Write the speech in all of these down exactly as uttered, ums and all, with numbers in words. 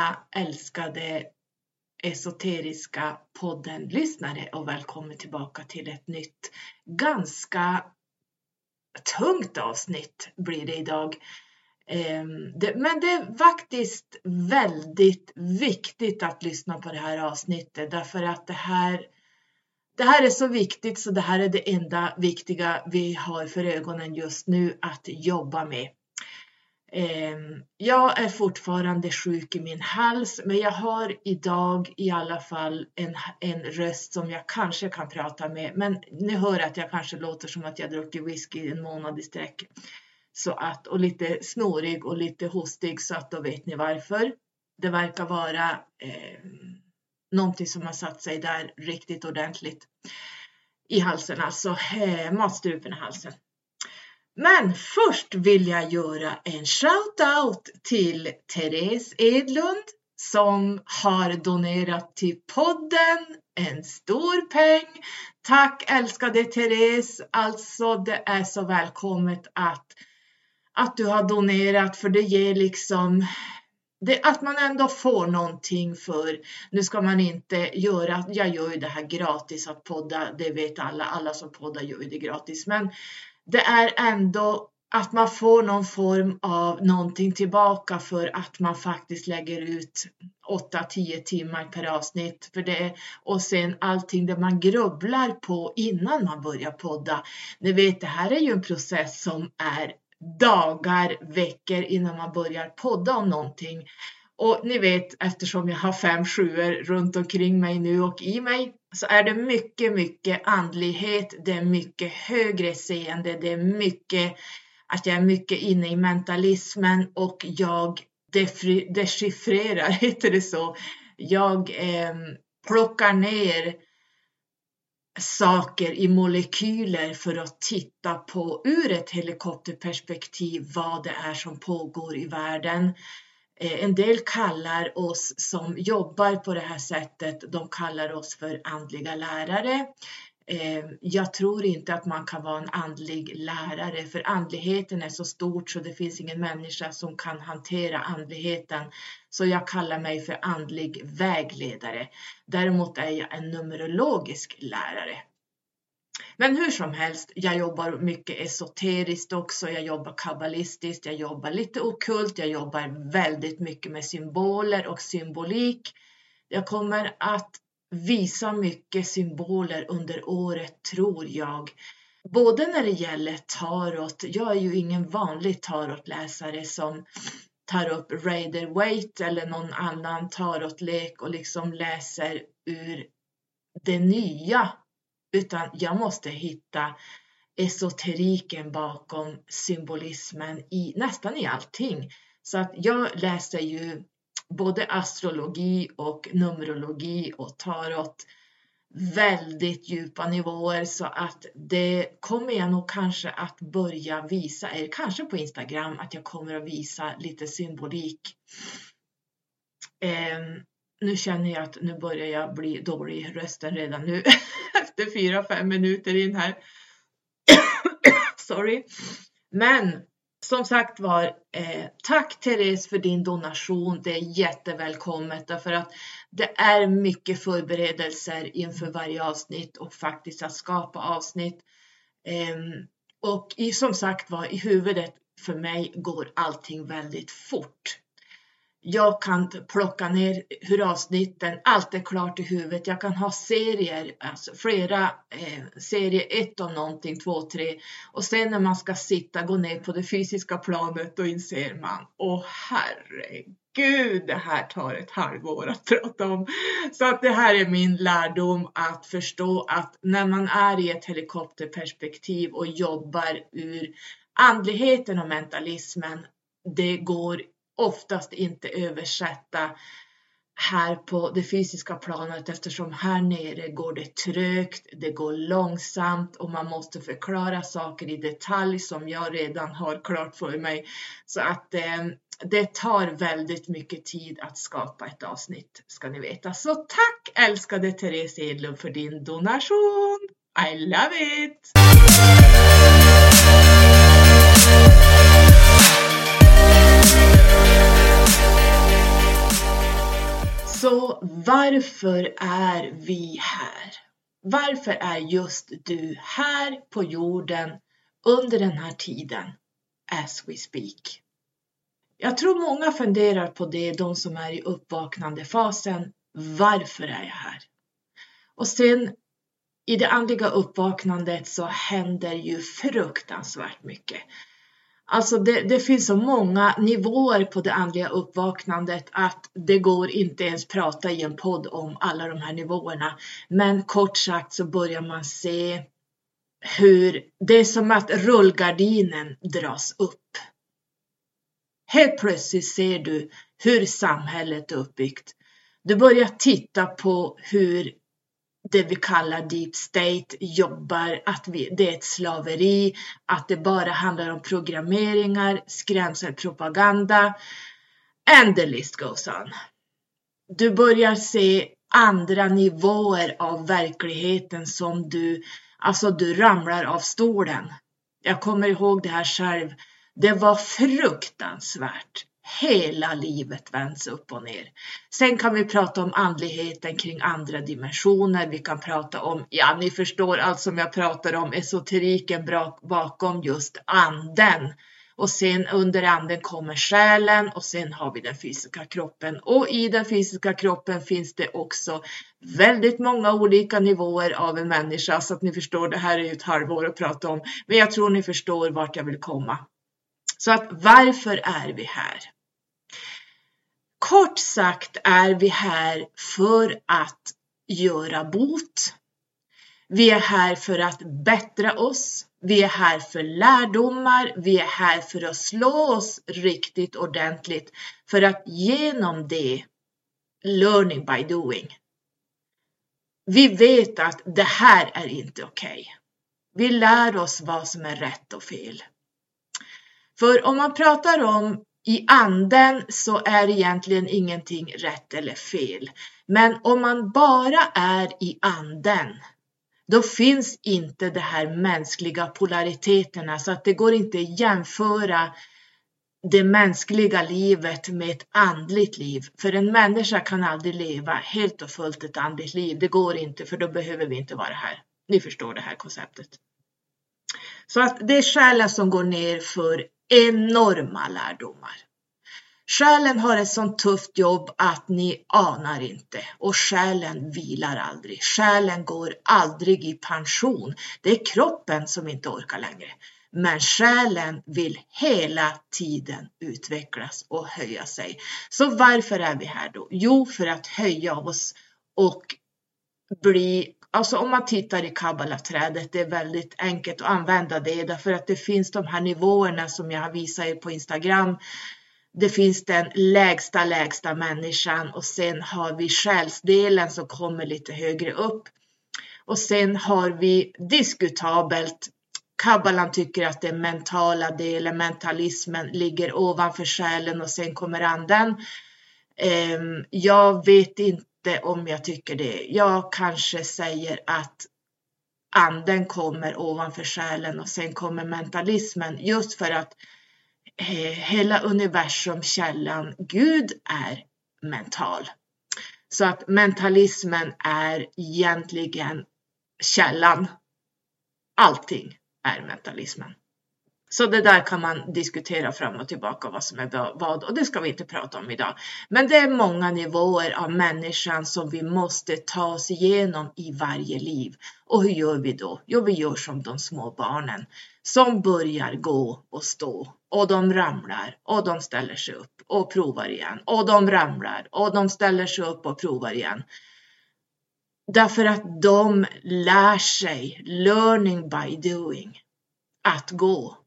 alla älskade esoteriska podden-lyssnare och välkommen tillbaka till ett nytt, ganska tungt avsnitt blir det idag. Men det är faktiskt väldigt viktigt att lyssna på det här avsnittet, därför att det här, det här är så viktigt, så det här är det enda viktiga vi har för ögonen just nu att jobba med. Jag är fortfarande sjuk i min hals, men jag har idag i alla fall en, en röst som jag kanske kan prata med. Men ni hör att jag kanske låter som att jag druckit whisky en månad i sträck. Så att, och lite snorig och lite hostig, så att då vet ni varför. Det verkar vara eh, någonting som har satt sig där riktigt ordentligt i halsen, alltså eh, matstrupen i halsen. Men först vill jag göra en shout-out till Therese Edlund som har donerat till podden en stor peng. Tack älskade Therese, alltså det är så välkommet att, att du har donerat, för det ger liksom... Det, att man ändå får någonting för, nu ska man inte göra, jag gör ju det här gratis att podda, det vet alla, alla som poddar gör ju det gratis, men det är ändå att man får någon form av någonting tillbaka för att man faktiskt lägger ut åtta till tio timmar per avsnitt för det, och sen allting det man grubblar på innan man börjar podda. Ni vet, det här är ju en process som är dagar, veckor innan man börjar podda om någonting. Och ni vet, eftersom jag har fem sjuor runt omkring mig nu och i mig, så är det mycket, mycket andlighet. Det är mycket högre seende. Det är mycket, att jag är mycket inne i mentalismen och jag defri, dechiffrerar, heter det så. Jag eh, plockar ner saker i molekyler för att titta på ur ett helikopterperspektiv vad det är som pågår i världen. En del kallar oss som jobbar på det här sättet, de kallar oss för andliga lärare. Jag tror inte att man kan vara en andlig lärare, för andligheten är så stort så det finns ingen människa som kan hantera andligheten. Så jag kallar mig för andlig vägledare. Däremot är jag en numerologisk lärare. Men hur som helst, jag jobbar mycket esoteriskt också, jag jobbar kabbalistiskt, jag jobbar lite ockult, jag jobbar väldigt mycket med symboler och symbolik. Jag kommer att visa mycket symboler under året, tror jag. Både när det gäller tarot, jag är ju ingen vanlig tarotläsare som tar upp Rider Waite eller någon annan tarotlek och liksom läser ur det nya. Utan jag måste hitta esoteriken bakom symbolismen i nästan i allting. Så att jag läser ju både astrologi och numerologi och tarot väldigt djupa nivåer, så att det kommer jag nog kanske att börja visa er, kanske på Instagram, att jag kommer att visa lite symbolik. Eh, nu känner jag att nu börjar jag bli dålig i rösten redan nu efter fyra, fem minuter in här. Sorry. Men som sagt var, eh, tack Therese för din donation. Det är jättevälkommet, därför att det är mycket förberedelser inför varje avsnitt och faktiskt att skapa avsnitt. Eh, och i, som sagt var, i huvudet för mig går allting väldigt fort. Jag kan plocka ner hur avsnitten, allt är klart i huvudet. Jag kan ha serier, alltså flera eh, serier, ett om någonting, två, tre. Och sen när man ska sitta, gå ner på det fysiska planet, då inser man, åh herregud, det här tar ett halvår att prata om. Så att det här är min lärdom, att förstå att när man är i ett helikopterperspektiv och jobbar ur andligheten och mentalismen, det går oftast inte översätta här på det fysiska planet, eftersom här nere går det trögt, det går långsamt och man måste förklara saker i detalj som jag redan har klart för mig. Så att eh, det tar väldigt mycket tid att skapa ett avsnitt, ska ni veta. Så tack älskade Therese Edlund för din donation. I love it! Så varför är vi här? Varför är just du här på jorden under den här tiden? As we speak. Jag tror många funderar på det, de som är i uppvaknande fasen. Varför är jag här? Och sen i det andliga uppvaknandet så händer ju fruktansvärt mycket. Alltså det, det finns så många nivåer på det andliga uppvaknandet att det går inte ens prata i en podd om alla de här nivåerna. Men kort sagt så börjar man se hur det är som att rullgardinen dras upp. Helt plötsligt ser du hur samhället är uppbyggt. Du börjar titta på hur det vi kallar deep state jobbar, att vi, det är ett slaveri, att det bara handlar om programmeringar, skrämselpropaganda, and the list goes on. Du börjar se andra nivåer av verkligheten som du, alltså du ramlar av stolen. Jag kommer ihåg det här själv. Det var fruktansvärt. Hela livet vänds upp och ner. Sen kan vi prata om andligheten kring andra dimensioner. Vi kan prata om, ja ni förstår allt som jag pratar om, esoteriken bakom just anden. Och sen under anden kommer själen och sen har vi den fysiska kroppen. Och i den fysiska kroppen finns det också väldigt många olika nivåer av en människa. Så att ni förstår, det här är ju ett halvår att prata om. Men jag tror ni förstår vart jag vill komma. Så att varför är vi här? Kort sagt är vi här för att göra bot. Vi är här för att bättra oss. Vi är här för lärdomar. Vi är här för att slå oss riktigt ordentligt. För att genom det, learning by doing. Vi vet att det här är inte okej. Vi lär oss vad som är rätt och fel. För om man pratar om i anden så är egentligen ingenting rätt eller fel. Men om man bara är i anden, då finns inte det här mänskliga polariteterna. Så att det går inte att jämföra det mänskliga livet med ett andligt liv. För en människa kan aldrig leva helt och fullt ett andligt liv. Det går inte, för då behöver vi inte vara här. Ni förstår det här konceptet. Så att det är själen som går ner för enorma lärdomar. Själen har ett sånt tufft jobb att ni anar inte. Och själen vilar aldrig. Själen går aldrig i pension. Det är kroppen som inte orkar längre. Men själen vill hela tiden utvecklas och höja sig. Så varför är vi här då? Jo, för att höja oss och bli... Alltså om man tittar i Kabbalah-trädet, det är väldigt enkelt att använda det. Därför att det finns de här nivåerna som jag har visat er på Instagram. Det finns den lägsta, lägsta människan. Och sen har vi själsdelen som kommer lite högre upp. Och sen har vi diskutabelt. Kabbalan tycker att den mentala delen, mentalismen, ligger ovanför själen och sen kommer anden. Jag vet inte om jag tycker det. Jag kanske säger att anden kommer ovanför själen och sen kommer mentalismen. Just för att eh, hela universum, källan, Gud är mental. Så att mentalismen är egentligen källan. Allting är mentalismen. Så det där kan man diskutera fram och tillbaka vad som är vad, och det ska vi inte prata om idag. Men det är många nivåer av människan som vi måste ta oss igenom i varje liv. Och hur gör vi då? Jo, vi gör som de små barnen som börjar gå och stå. Och de ramlar och de ställer sig upp och provar igen. Och de ramlar och de ställer sig upp och provar igen. Därför att de lär sig, learning by doing, att gå.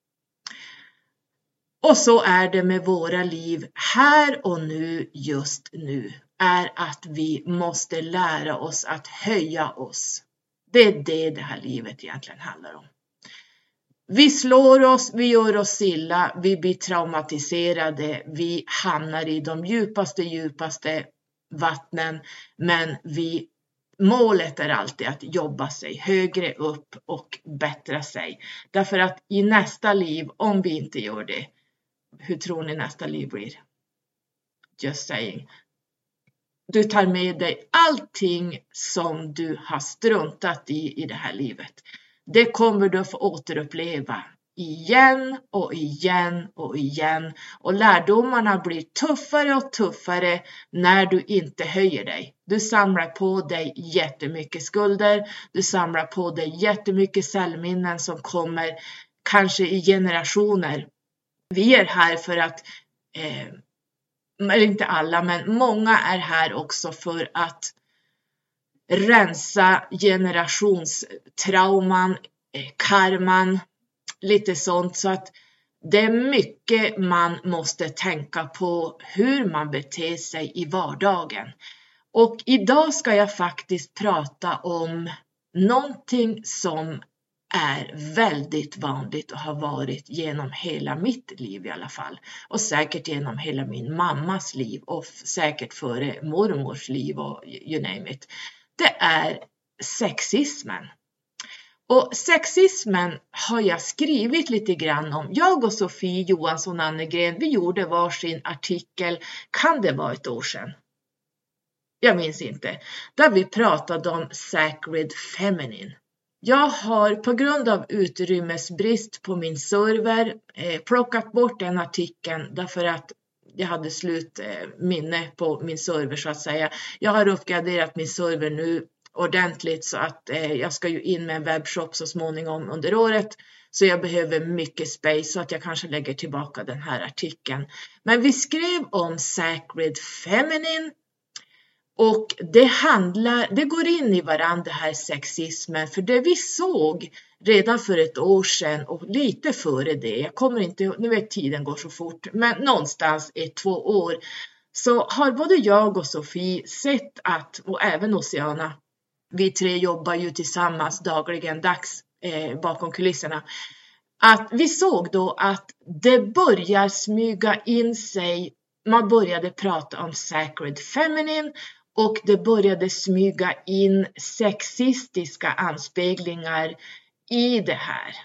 Och så är det med våra liv här och nu, just nu, är att vi måste lära oss att höja oss. Det är det det här livet egentligen handlar om. Vi slår oss, vi gör oss illa, vi blir traumatiserade, vi hamnar i de djupaste, djupaste vattnen, men vi, målet är alltid att jobba sig högre upp och bättra sig. Därför att i nästa liv, om vi inte gör det, hur tror ni nästa liv blir? Just saying. Du tar med dig allting som du har struntat i i det här livet. Det kommer du att få återuppleva igen och igen och igen. Och lärdomarna blir tuffare och tuffare när du inte höjer dig. Du samlar på dig jättemycket skulder. Du samlar på dig jättemycket cellminnen som kommer kanske i generationer. Vi är här för att, eh, eller inte alla, men många är här också för att rensa generationstrauman, eh, karman, lite sånt. Så att det är mycket man måste tänka på hur man beter sig i vardagen. Och idag ska jag faktiskt prata om någonting som är väldigt vanligt och har varit genom hela mitt liv i alla fall. Och säkert genom hela min mammas liv och säkert före mormors liv och you name it. Det är sexismen. Och sexismen har jag skrivit lite grann om. Jag och Sofie Johansson Annegren, vi gjorde varsin artikel, kan det vara ett år sedan? Jag minns inte. Där vi pratade om Sacred Feminine. Jag har på grund av utrymmesbrist på min server eh, plockat bort den artikeln därför att jag hade slut eh, minne på min server så att säga. Jag har uppgraderat min server nu ordentligt så att eh, jag ska ju in med en webbshop så småningom under året. Så jag behöver mycket space så att jag kanske lägger tillbaka den här artikeln. Men vi skrev om Sacred Feminine. Och det handlar, det går in i varandra det här sexismen. För det vi såg redan för ett år sedan och lite före det. Jag kommer inte, nu vet tiden går så fort. Men någonstans i två år. Så har både jag och Sofie sett att, och även Oceana. Vi tre jobbar ju tillsammans dagligen dags eh, bakom kulisserna. Att vi såg då att det börjar smyga in sig. Man började prata om Sacred Feminine. Och det började smyga in sexistiska anspeglingar i det här.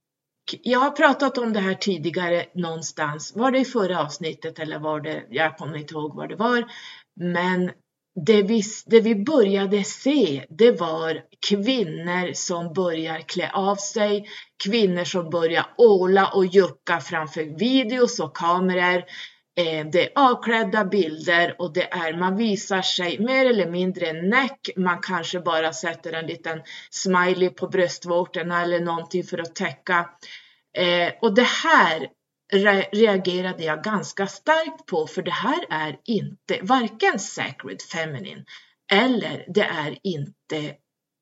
Jag har pratat om det här tidigare någonstans. Var det i förra avsnittet eller var det, jag kommer inte ihåg vad det var. Men det vi, det vi började se, det var kvinnor som börjar klä av sig. Kvinnor som börjar åla och jucka framför videos och kameror. Det är avklädda bilder och det är, man visar sig mer eller mindre näck. Man kanske bara sätter en liten smiley på bröstvårtorna eller någonting för att täcka. Eh, och det här re- reagerade jag ganska starkt på. För det här är inte varken Sacred Feminine eller det är inte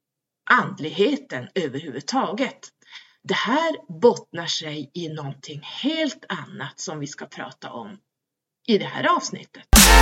andligheten överhuvudtaget. Det här bottnar sig i någonting helt annat som vi ska prata om i det här avsnittet.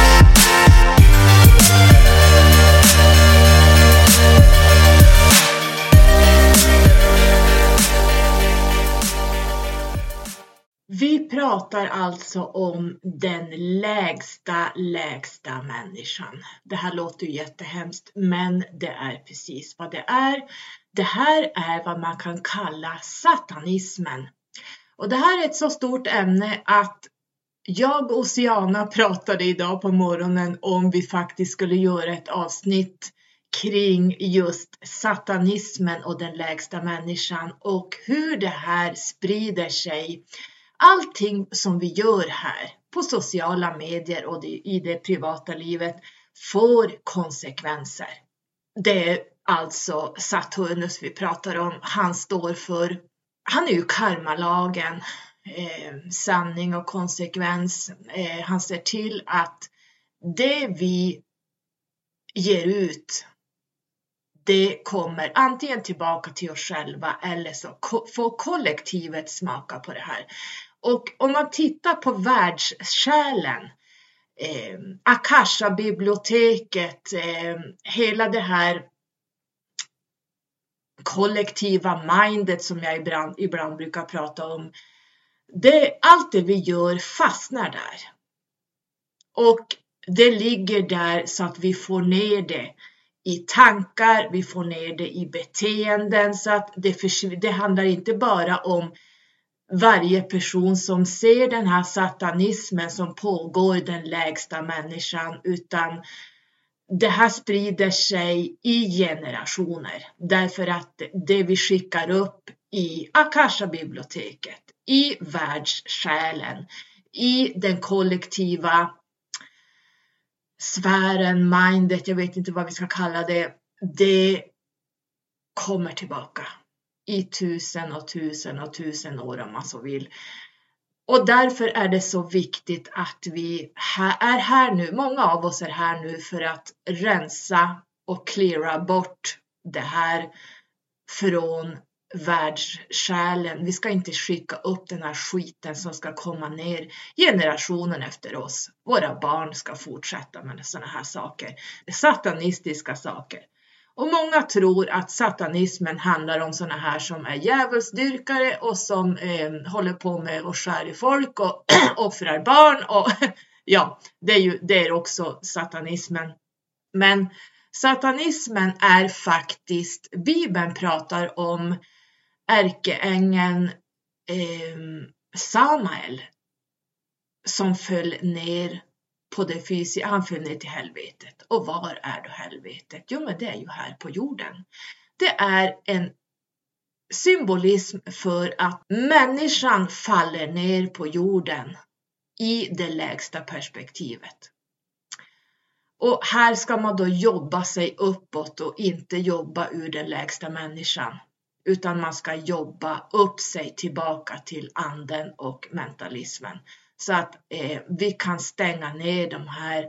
Vi pratar alltså om den lägsta, lägsta människan. Det här låter ju jättehemskt, men det är precis vad det är. Det här är vad man kan kalla satanismen. Och det här är ett så stort ämne att jag och Oceana pratade idag på morgonen om vi faktiskt skulle göra ett avsnitt kring just satanismen och den lägsta människan och hur det här sprider sig. Allting som vi gör här på sociala medier och i det privata livet får konsekvenser. Det är alltså Saturnus vi pratar om. Han står för, han är ju karmalagen. Eh, sanning och konsekvens. Eh, han ser till att det vi ger ut, det kommer antingen tillbaka till oss själva eller så ko- får kollektivet smaka på det här. Och om man tittar på världskärlen, eh, Akasha-biblioteket, eh, hela det här kollektiva mindet som jag ibland, ibland brukar prata om. Det, allt det vi gör fastnar där. Och det ligger där så att vi får ner det i tankar, vi får ner det i beteenden. Så att det, försv- det handlar inte bara om varje person som ser den här satanismen som pågår, den lägsta människan. Utan det här sprider sig i generationer. Därför att det vi skickar upp i Akasha-biblioteket, i världssjälen, i den kollektiva sfären, mindet, jag vet inte vad vi ska kalla det, det kommer tillbaka i tusen och tusen och tusen år om man så vill. Och därför är det så viktigt att vi är här nu, många av oss är här nu för att rensa och cleara bort det här från världssjälen. Vi ska inte skicka upp den här skiten som ska komma ner generationen efter oss. Våra barn ska fortsätta med sådana här saker, satanistiska saker. Och många tror att satanismen handlar om sådana här som är djävulsdyrkare och som eh, håller på med och skär i folk och offrar barn. Och ja, det är ju det är också satanismen. Men satanismen är faktiskt, Bibeln pratar om ärkeängeln eh, Samael som föll ner på det fysiska, han föll ner till helvetet. Och var är då helvetet? Jo, men det är ju här på jorden. Det är en symbolism för att människan faller ner på jorden i det lägsta perspektivet. Och här ska man då jobba sig uppåt och inte jobba ur den lägsta människan. Utan man ska jobba upp sig tillbaka till anden och mentalismen. Så att eh, vi kan stänga ner de här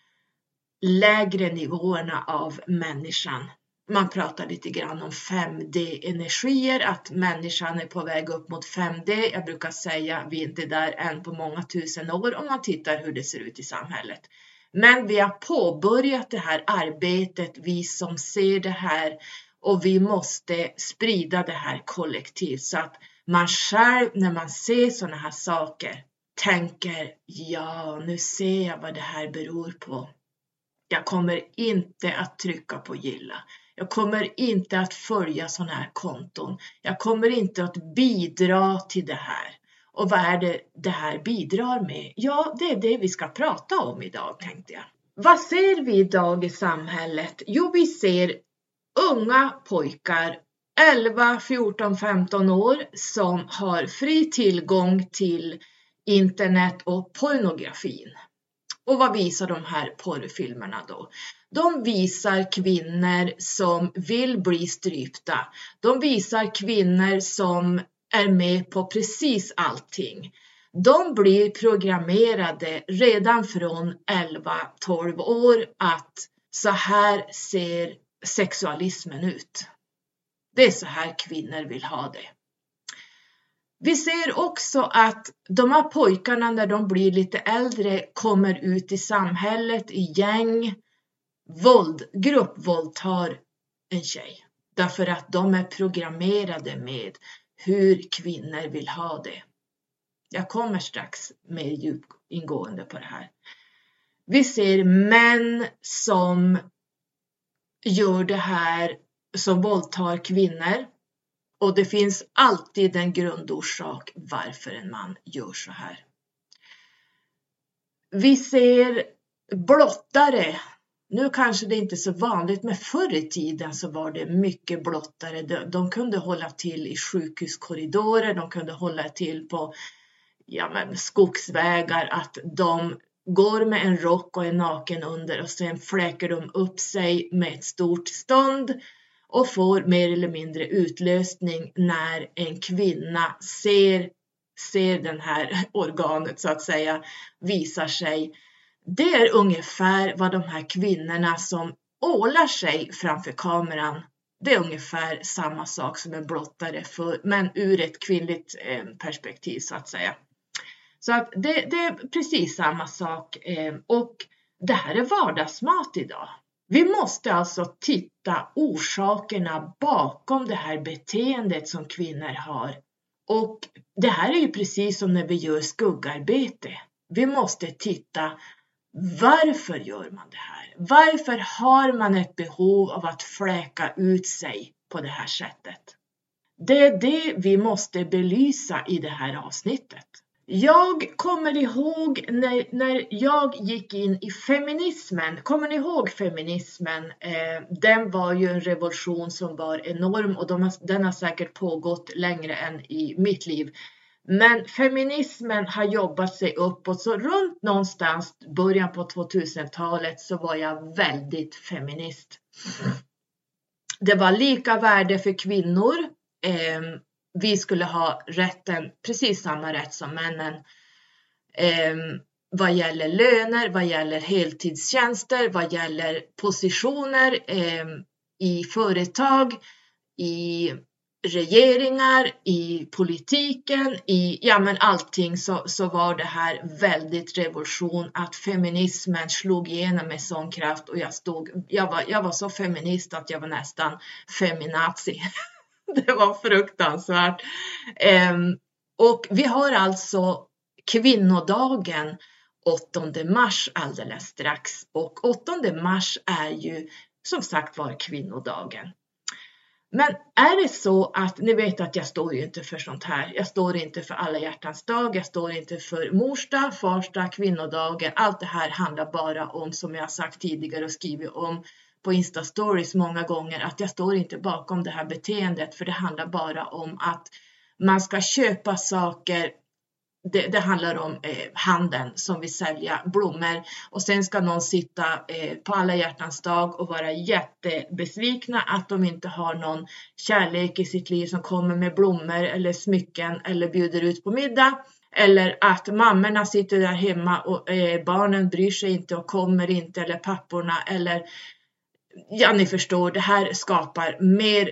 lägre nivåerna av människan. Man pratar lite grann om fem D-energier, att människan är på väg upp mot fem D. Jag brukar säga vi är inte där än på många tusen år om man tittar hur det ser ut i samhället. Men vi har påbörjat det här arbetet, vi som ser det här, och vi måste sprida det här kollektivt så att man själv när man ser sådana här saker tänker, ja, nu ser jag vad det här beror på. Jag kommer inte att trycka på gilla. Jag kommer inte att följa sådana här konton. Jag kommer inte att bidra till det här. Och vad är det det här bidrar med? Ja, det är det vi ska prata om idag, tänkte jag. Vad ser vi idag i samhället? Jo, vi ser unga pojkar, elva, fjorton, femton år, som har fri tillgång till internet och pornografin. Och vad visar de här porrfilmerna då? De visar kvinnor som vill bli strypta. De visar kvinnor som är med på precis allting. De blir programmerade redan från elva tolv år att så här ser sexualismen ut. Det är så här kvinnor vill ha det. Vi ser också att de här pojkarna när de blir lite äldre kommer ut i samhället i gäng, våld, gruppvåldtar en tjej. Därför att de är programmerade med hur kvinnor vill ha det. Jag kommer strax mer djupingående på det här. Vi ser män som gör det här, som våldtar kvinnor. Och det finns alltid en grundorsak varför en man gör så här. Vi ser blottare. Nu kanske det inte är så vanligt, men förr i tiden så var det mycket blottare. De, de kunde hålla till i sjukhuskorridorer, de kunde hålla till på ja, men skogsvägar. Att de går med en rock och är naken under och sen fläker de upp sig med ett stort stånd. Och får mer eller mindre utlösning när en kvinna ser, ser den här organet så att säga visar sig. Det är ungefär vad de här kvinnorna som ålar sig framför kameran. Det är ungefär samma sak som en blottare för, men ur ett kvinnligt eh, perspektiv så att säga. Så att det, det är precis samma sak eh, och det här är vardagsmat idag. Vi måste alltså titta orsakerna bakom det här beteendet som kvinnor har. Och det här är ju precis som när vi gör skuggarbete. Vi måste titta, varför gör man det här? Varför har man ett behov av att fläka ut sig på det här sättet? Det är det vi måste belysa i det här avsnittet. Jag kommer ihåg när, när jag gick in i feminismen. Kommer ni ihåg feminismen? Eh, den var ju en revolution som var enorm och de har, den har säkert pågått längre än i mitt liv. Men feminismen har jobbat sig uppåt, så runt någonstans början på tvåtusentalet så var jag väldigt feminist. Det var lika värde för kvinnor. Eh, vi skulle ha rätten, precis samma rätt som männen. Eh, vad gäller löner, vad gäller heltidstjänster, vad gäller positioner eh, i företag, i regeringar, i politiken, i ja men allting, så, så var det här väldigt revolution att feminismen slog igenom med sån kraft, och jag stod, jag var, jag var så feminist att jag var nästan feminazi. Det var fruktansvärt. Um, och vi har alltså kvinnodagen åttonde mars alldeles strax, och åttonde mars är ju som sagt var kvinnodagen. Men är det så att, ni vet att jag står ju inte för sånt här. Jag står inte för alla hjärtans dag. Jag står inte för morsdag, farsdag, kvinnodagen. Allt det här handlar bara om, som jag har sagt tidigare och skrivit om på Insta Stories många gånger, att jag står inte bakom det här beteendet. För det handlar bara om att man ska köpa saker. Det, det handlar om eh, handeln som vill sälja blommor, och sen ska någon sitta eh, på alla hjärtans dag och vara jättebesvikna att de inte har någon kärlek i sitt liv som kommer med blommor eller smycken eller bjuder ut på middag, eller att mammorna sitter där hemma och eh, barnen bryr sig inte och kommer inte, eller papporna, eller ja, ni förstår, det här skapar mer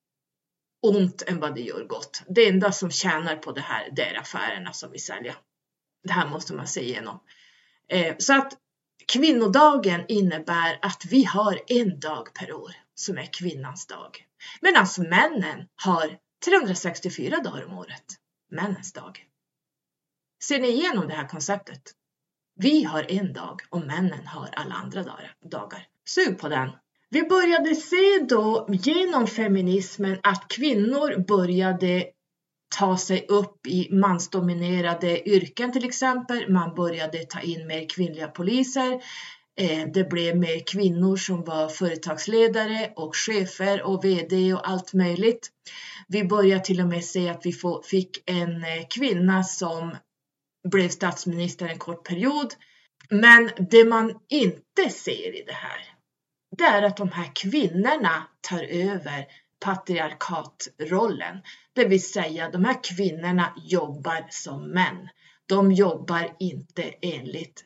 ont än vad det gör gott. Det enda som tjänar på det här, det är affärerna som vi säljer. Det här måste man se igenom. Eh, så att kvinnodagen innebär att vi har en dag per år som är kvinnans dag. Medan männen har trehundrasextiofyra dagar om året. Männens dag. Ser ni igenom det här konceptet? Vi har en dag och männen har alla andra dagar. Sug på den. Vi började se då genom feminismen att kvinnor började ta sig upp i mansdominerade yrken till exempel. Man började ta in mer kvinnliga poliser. Det blev mer kvinnor som var företagsledare och chefer och vd och allt möjligt. Vi började till och med se att vi fick en kvinna som blev statsminister en kort period. Men det man inte ser i det här, det är att de här kvinnorna tar över patriarkatrollen. Det vill säga, de här kvinnorna jobbar som män. De jobbar inte enligt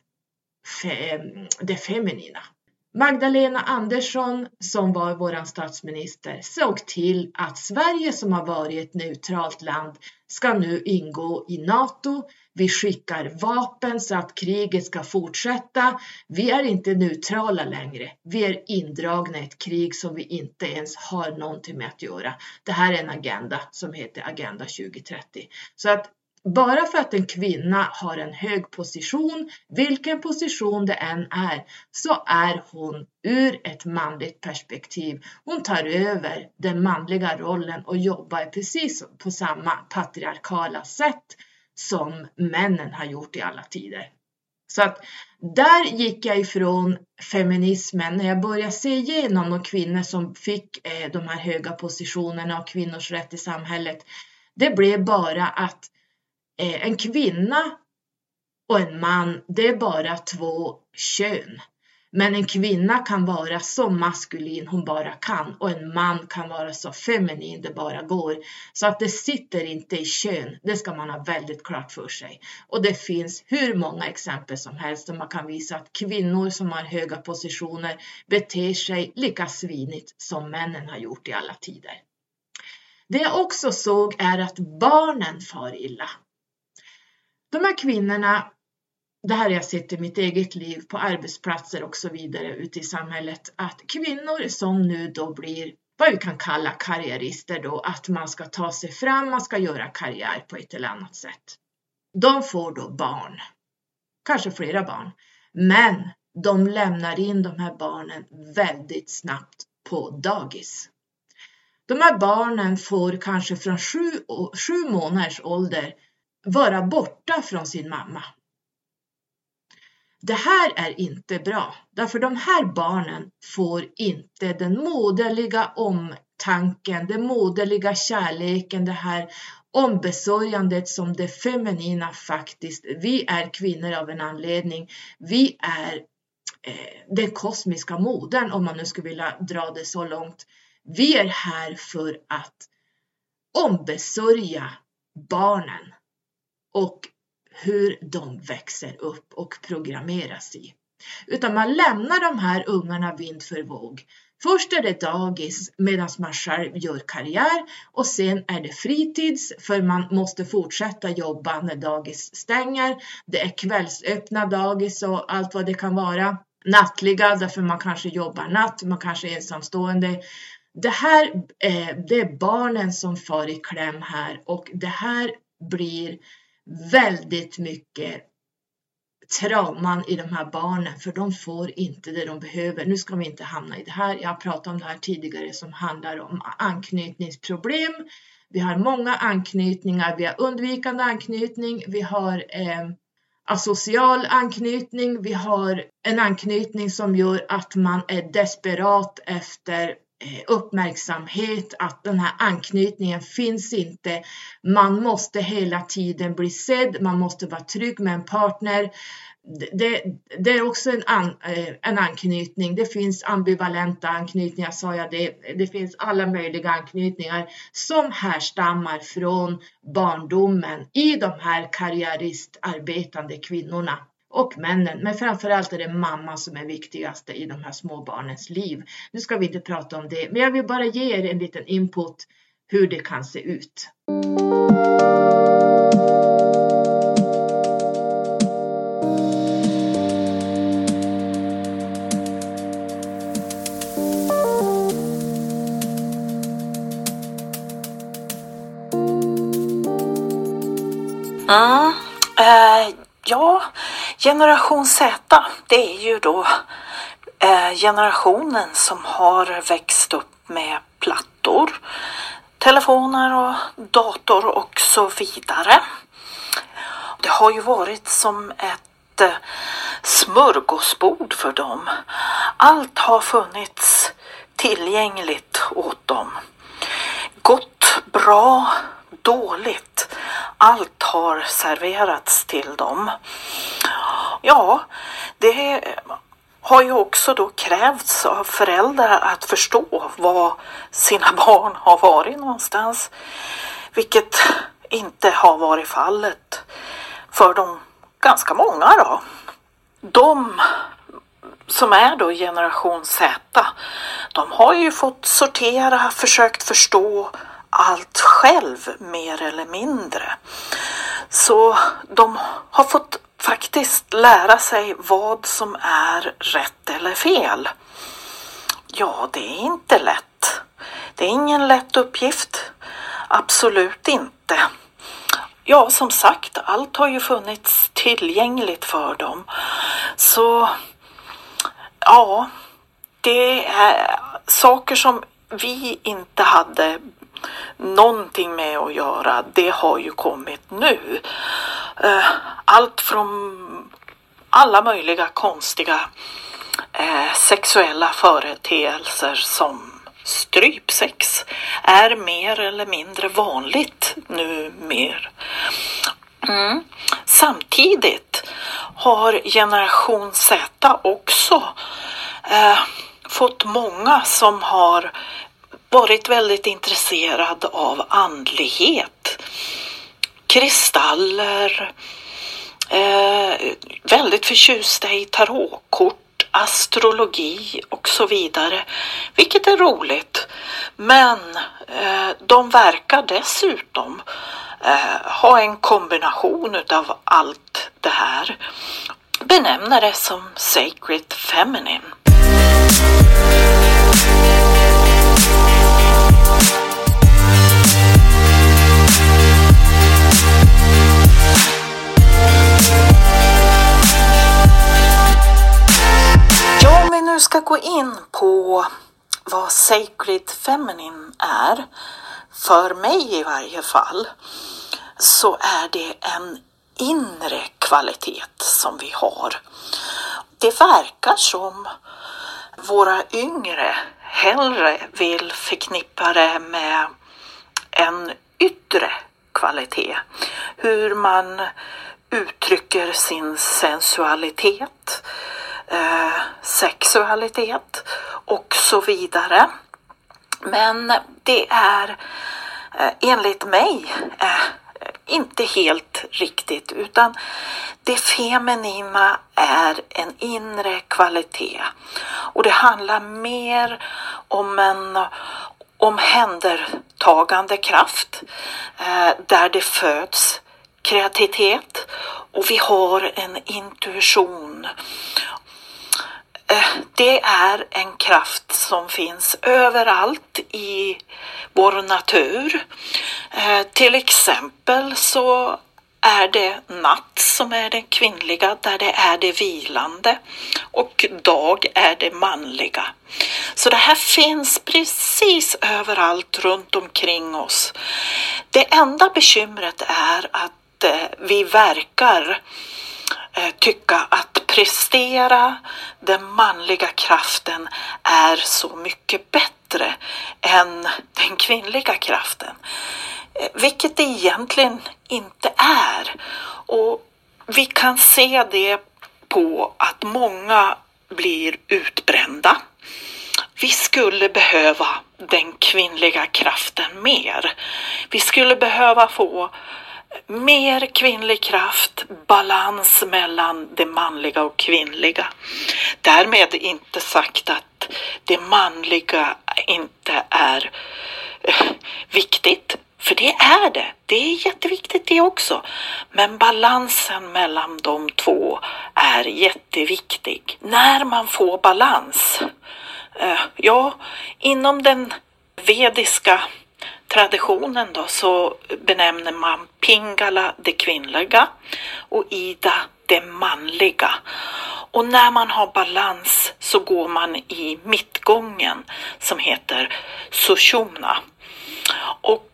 fe- det feminina. Magdalena Andersson, som var vår statsminister, såg till att Sverige, som har varit ett neutralt land, ska nu ingå i NATO. Vi skickar vapen så att kriget ska fortsätta. Vi är inte neutrala längre. Vi är indragna i ett krig som vi inte ens har någonting med att göra. Det här är en agenda som heter Agenda tjugo trettio. Så att bara för att en kvinna har en hög position, vilken position det än är, så är hon ur ett manligt perspektiv. Hon tar över den manliga rollen och jobbar precis på samma patriarkala sätt som männen har gjort i alla tider. Så att där gick jag ifrån feminismen när jag började se igenom de kvinnor som fick eh, de här höga positionerna och kvinnors rätt i samhället. Det blev bara att eh, en kvinna och en man, det är bara två kön. Men en kvinna kan vara så maskulin hon bara kan, och en man kan vara så feminin det bara går. Så att det sitter inte i kön, det ska man ha väldigt klart för sig. Och det finns hur många exempel som helst där man kan visa att kvinnor som har höga positioner beter sig lika svinigt som männen har gjort i alla tider. Det jag också såg är att barnen far illa. De här kvinnorna, det här har jag sett i mitt eget liv på arbetsplatser och så vidare ute i samhället, att kvinnor som nu då blir vad vi kan kalla karriärister då, att man ska ta sig fram, man ska göra karriär på ett eller annat sätt. De får då barn, kanske flera barn, men de lämnar in de här barnen väldigt snabbt på dagis. De här barnen får kanske från sju, sju månaders ålder vara borta från sin mamma. Det här är inte bra, därför de här barnen får inte den moderliga omtanken, den moderliga kärleken, det här ombesörjandet som det feminina faktiskt. Vi är kvinnor av en anledning. Vi är eh, den kosmiska modern, om man nu skulle vilja dra det så långt. Vi är här för att ombesörja barnen och hur de växer upp och programmeras i. Utan man lämnar de här ungarna vind för våg. Först är det dagis medan man själv gör karriär, och sen är det fritids för man måste fortsätta jobba när dagis stänger. Det är kvällsöppna dagis och allt vad det kan vara. Nattliga, därför man kanske jobbar natt, man kanske är ensamstående. Det här eh, det är barnen som far i kläm här, och det här blir väldigt mycket trauman i de här barnen, för de får inte det de behöver. Nu ska vi inte hamna i det här. Jag har pratat om det här tidigare som handlar om anknytningsproblem. Vi har många anknytningar. Vi har undvikande anknytning. Vi har eh, asocial anknytning. Vi har en anknytning som gör att man är desperat efter uppmärksamhet, att den här anknytningen finns inte. Man måste hela tiden bli sedd, man måste vara trygg med en partner. Det, det är också en, an, en anknytning. Det finns ambivalenta anknytningar, sa jag det. Det finns alla möjliga anknytningar som härstammar från barndomen i de här karriäristarbetande kvinnorna och männen. Men framförallt är det mamma som är viktigaste i de här små barnens liv. Nu ska vi inte prata om det, men jag vill bara ge er en liten input hur det kan se ut. Mm, äh, ja, generation Z, det är ju då eh, generationen som har växt upp med plattor, telefoner och dator och så vidare. Det har ju varit som ett eh, smörgåsbord för dem. Allt har funnits tillgängligt åt dem. Gott, bra, dåligt. Allt har serverats till dem. Ja, det har ju också då krävts av föräldrar att förstå var sina barn har varit någonstans. Vilket inte har varit fallet för de ganska många då. De som är då generation Z, de har ju fått sortera, försökt förstå allt själv mer eller mindre. Så de har fått faktiskt lära sig vad som är rätt eller fel. Ja, det är inte lätt. Det är ingen lätt uppgift. Absolut inte. Ja, som sagt, allt har ju funnits tillgängligt för dem. Så ja, det är saker som vi inte hade någonting med att göra, det har ju kommit nu. Allt från alla möjliga konstiga eh, sexuella företeelser som strypsex är mer eller mindre vanligt numera. Mm. Samtidigt har generation Z också eh, fått många som har varit väldigt intresserad av andlighet, kristaller, eh, väldigt förtjusta i tarotkort, astrologi och så vidare, vilket är roligt. Men eh, de verkar dessutom eh, ha en kombination av allt det här. Benämner det som Sacred Feminine. Om vi nu ska gå in på vad Sacred Feminine är, för mig i varje fall, så är det en inre kvalitet som vi har. Det verkar som våra yngre hellre vill förknippa det med en yttre kvalitet. Hur man uttrycker sin sensualitet, eh, sexualitet och så vidare. Men det är eh, enligt mig eh, inte helt riktigt, utan det feminina är en inre kvalitet och det handlar mer om en omhändertagande kraft eh, där det föds kreativitet och vi har en intuition. Eh, det är en kraft som finns överallt i vår natur. Eh, till exempel så är det natt som är den kvinnliga, där det är det vilande, och dag är det manliga. Så det här finns precis överallt runt omkring oss. Det enda bekymret är att eh, vi verkar eh, tycka att prestera den manliga kraften är så mycket bättre än den kvinnliga kraften. Vilket det egentligen inte är. Och vi kan se det på att många blir utbrända. Vi skulle behöva den kvinnliga kraften mer. Vi skulle behöva få mer kvinnlig kraft, balans mellan det manliga och kvinnliga. Därmed inte sagt att det manliga inte är eh, viktigt. För det är det. Det är jätteviktigt det också. Men balansen mellan de två är jätteviktig. När man får balans. Eh, ja, inom den vediska traditionen då så benämner man Pingala det kvinnliga och Ida det manliga. Och när man har balans så går man i mittgången som heter Sushumna. Och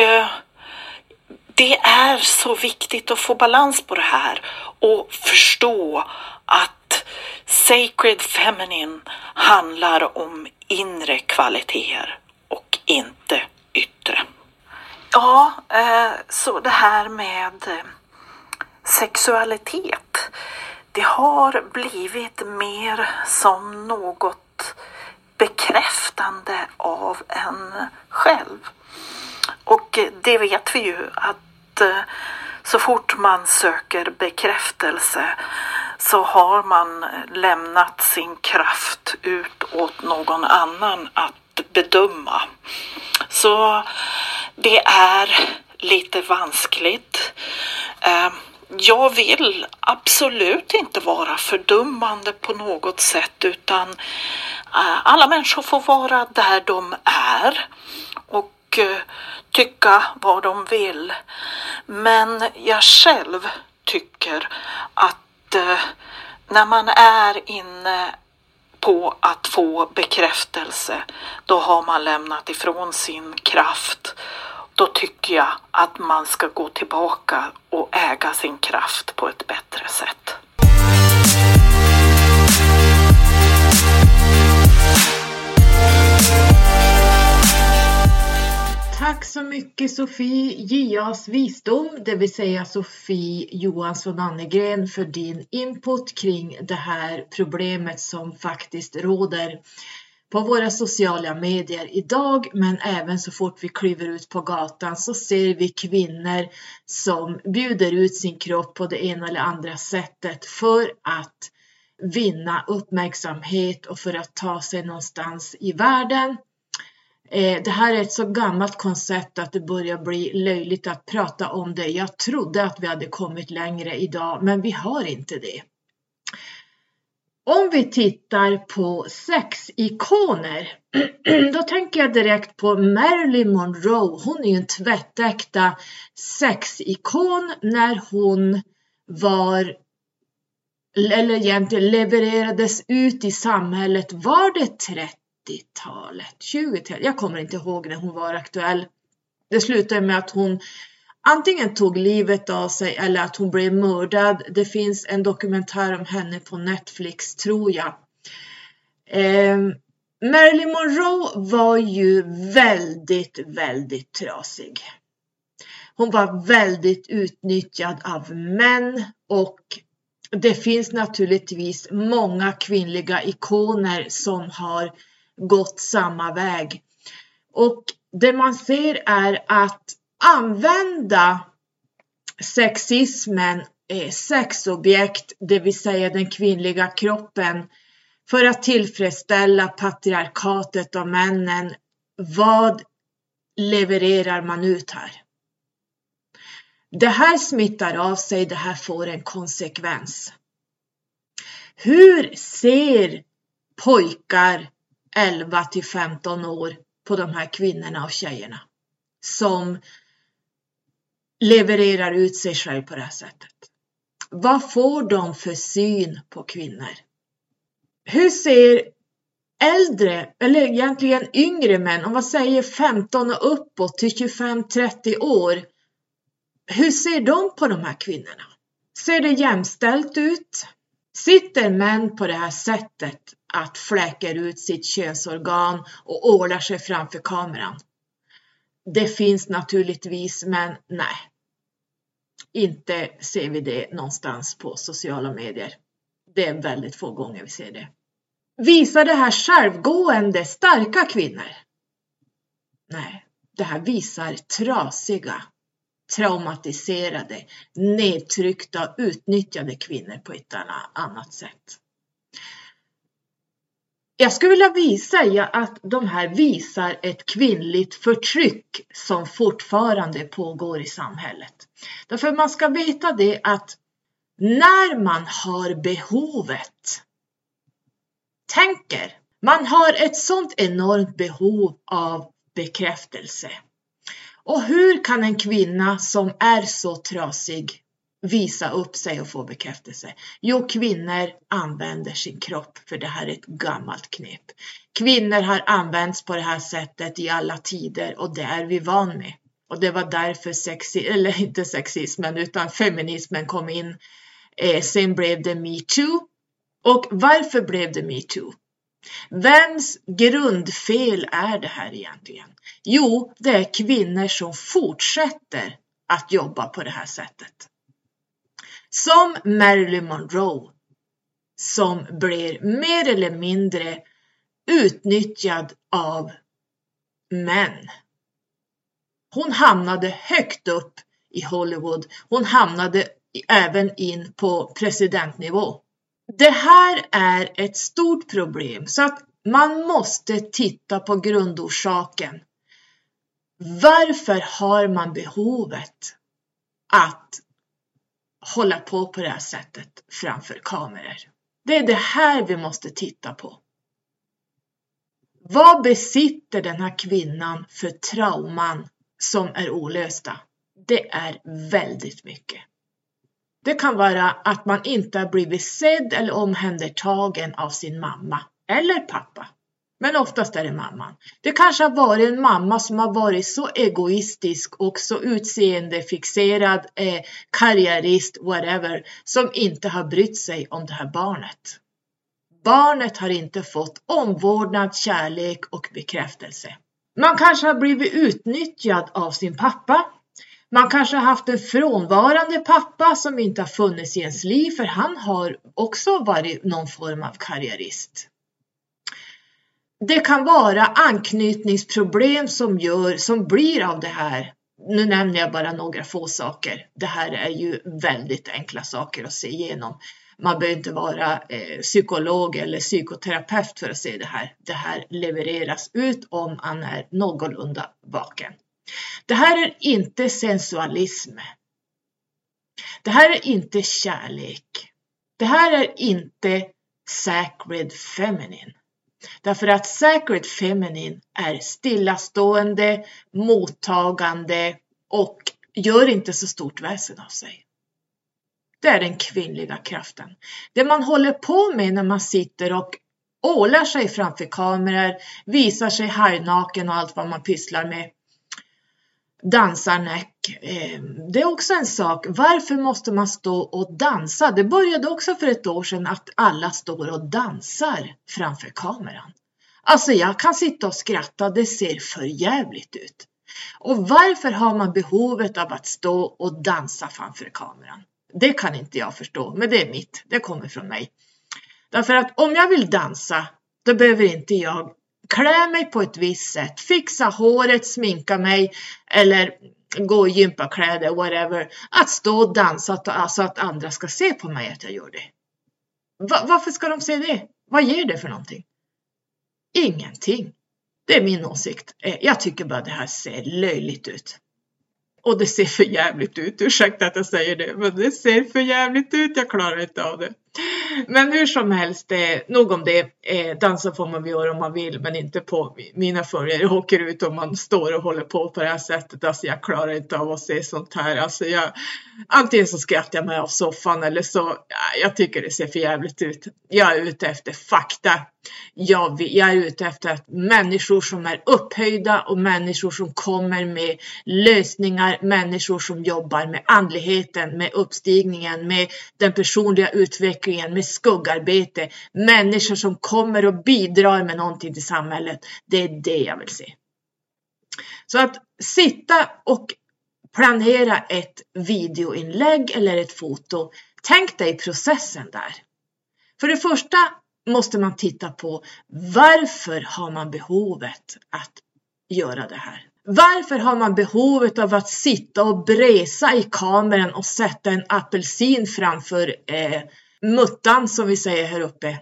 det är så viktigt att få balans på det här och förstå att Sacred Feminine handlar om inre kvaliteter och inte yttre. Ja, så det här med sexualitet, det har blivit mer som något bekräftande av en själv. Och det vet vi ju att så fort man söker bekräftelse så har man lämnat sin kraft ut åt någon annan att bedöma. Så det är lite vanskligt. Jag vill absolut inte vara fördömande på något sätt, utan alla människor får vara där de är och tycka vad de vill. Men jag själv tycker att eh, när man är inne på att få bekräftelse, då har man lämnat ifrån sin kraft. Då tycker jag att man ska gå tillbaka och äga sin kraft på ett bättre sätt. Tack så mycket Sofie Gias visdom, det vill säga Sofie Johansson Annegren, för din input kring det här problemet som faktiskt råder på våra sociala medier idag, men även så fort vi kliver ut på gatan så ser vi kvinnor som bjuder ut sin kropp på det ena eller andra sättet för att vinna uppmärksamhet och för att ta sig någonstans i världen. Det här är ett så gammalt koncept att det börjar bli löjligt att prata om det. Jag trodde att vi hade kommit längre idag, men vi har inte det. Om vi tittar på sexikoner, då tänker jag direkt på Marilyn Monroe. Hon är ju en tvättäkta sexikon när hon var, eller egentligen levererades ut i samhället. Var det trettiotalet, tjugotalet? Jag kommer inte ihåg när hon var aktuell. Det slutade med att hon antingen tog livet av sig eller att hon blev mördad. Det finns en dokumentär om henne på Netflix, tror jag. Eh, Marilyn Monroe var ju väldigt, väldigt trasig. Hon var väldigt utnyttjad av män, och det finns naturligtvis många kvinnliga ikoner som har gått samma väg. Och det man ser är att använda sexismen, eh, sexobjekt, det vill säga den kvinnliga kroppen, för att tillfredsställa patriarkatet av männen. Vad levererar man ut här? Det här smittar av sig, det här får en konsekvens. Hur ser pojkar elva till femton år på de här kvinnorna och tjejerna som levererar ut sig själv på det här sättet? Vad får de för syn på kvinnor? Hur ser äldre, eller egentligen yngre män, om man säger femton och uppåt till tjugofem trettio år, hur ser de på de här kvinnorna? Ser det jämställt ut? Sitter män på det här sättet att fläcker ut sitt könsorgan och ålar sig framför kameran? Det finns naturligtvis, men nej. Inte ser vi det någonstans på sociala medier. Det är väldigt få gånger vi ser det. Visar det här självgående, starka kvinnor? Nej, det här visar trasiga, traumatiserade, nedtryckta, utnyttjade kvinnor på ett annat sätt. Jag skulle vilja visa att de här visar ett kvinnligt förtryck som fortfarande pågår i samhället. Därför man ska veta det att när man har behovet, tänker, man har ett sånt enormt behov av bekräftelse. Och hur kan en kvinna som är så trasig visa upp sig och få bekräftelse? Jo, kvinnor använder sin kropp, för det här är ett gammalt knep. Kvinnor har använts på det här sättet i alla tider, och det är vi van med. Och det var därför sexi, eller inte sexismen utan feminismen kom in. Eh, sen blev det Me Too. Och varför blev det Me Too? Vems grundfel är det här egentligen? Jo, det är kvinnor som fortsätter att jobba på det här sättet. Som Marilyn Monroe, som blir mer eller mindre utnyttjad av män. Hon hamnade högt upp i Hollywood. Hon hamnade även in på presidentnivå. Det här är ett stort problem, så att man måste titta på grundorsaken. Varför har man behovet att hålla på på det här sättet framför kameror? Det är det här vi måste titta på. Vad besitter den här kvinnan för trauman som är olösta? Det är väldigt mycket. Det kan vara att man inte har blivit sedd eller omhändertagen av sin mamma eller pappa. Men oftast är det mamman. Det kanske har varit en mamma som har varit så egoistisk och så utseendefixerad, eh, karriärist, whatever, som inte har brytt sig om det här barnet. Barnet har inte fått omvårdnad, kärlek och bekräftelse. Man kanske har blivit utnyttjad av sin pappa. Man kanske har haft en frånvarande pappa som inte har funnits i ens liv, för han har också varit någon form av karriärist. Det kan vara anknytningsproblem som, gör, som blir av det här. Nu nämner jag bara några få saker. Det här är ju väldigt enkla saker att se igenom. Man behöver inte vara eh, psykolog eller psykoterapeut för att se det här. Det här levereras ut om man är någorlunda vaken. Det här är inte sensualism. Det här är inte kärlek. Det här är inte sacred feminine. Därför att sacred feminine är stillastående, mottagande och gör inte så stort väsen av sig. Det är den kvinnliga kraften. Det man håller på med när man sitter och ålar sig framför kameror, visar sig halvnaken och allt vad man pysslar med. dansarnäck. Eh, det är också en sak. Varför måste man stå och dansa? Det började också för ett år sedan att alla står och dansar framför kameran. Alltså jag kan sitta och skratta, det ser för jävligt ut. Och varför har man behovet av att stå och dansa framför kameran? Det kan inte jag förstå, men det är mitt, det kommer från mig. Därför att om jag vill dansa, då behöver inte jag klä mig på ett visst sätt, fixa håret, sminka mig eller gå i gympakläder, whatever. Att stå och dansa så alltså att andra ska se på mig att jag gör det. Va- varför ska de se det? Vad ger det för någonting? Ingenting. Det är min åsikt. Jag tycker bara det här ser löjligt ut. Och det ser för jävligt ut. Ursäkta att jag säger det. Men det ser för jävligt ut. Jag klarar inte av det. Men hur som helst. Nog om det. Dansa får man göra om man vill. Men inte på mina följare. Åker ut och man står och håller på på det här sättet. Alltså jag klarar inte av att se sånt här. Alltså jag, antingen så skrattar jag mig av soffan. Eller så. Jag tycker det ser för jävligt ut. Jag är ute efter fakta. Jag, jag är ute efter att människor som är upphöjda och människor som kommer med lösningar, människor som jobbar med andligheten, med uppstigningen, med den personliga utvecklingen, med skuggarbete, människor som kommer och bidrar med någonting till samhället. Det är det jag vill se. Så att sitta och planera ett videoinlägg eller ett foto, tänk dig processen där. För det första måste man titta på varför har man behovet att göra det här. Varför har man behovet av att sitta och bresa i kameran och sätta en apelsin framför eh, muttan som vi säger här uppe.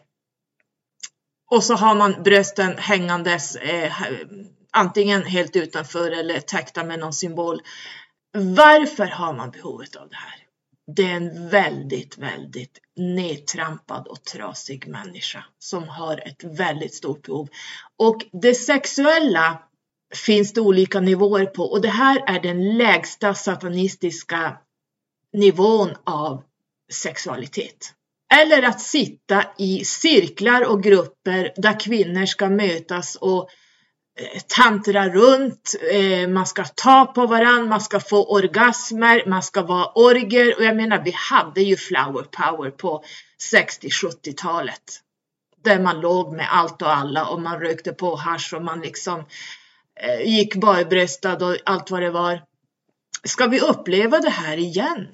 Och så har man brösten hängandes eh, antingen helt utanför eller täckta med någon symbol. Varför har man behovet av det här? Det är en väldigt, väldigt nedtrampad och trasig människa som har ett väldigt stort behov. Och det sexuella finns det olika nivåer på. Och det här är den lägsta satanistiska nivån av sexualitet. Eller att sitta i cirklar och grupper där kvinnor ska mötas och tantra runt, man ska ta på varann, man ska få orgasmer, man ska vara orger. Och jag menar, vi hade ju flower power på sextio-sjuttiotalet. Där man låg med allt och alla och man rökte på hasch och man liksom eh, gick barbröstad och allt vad det var. Ska vi uppleva det här igen?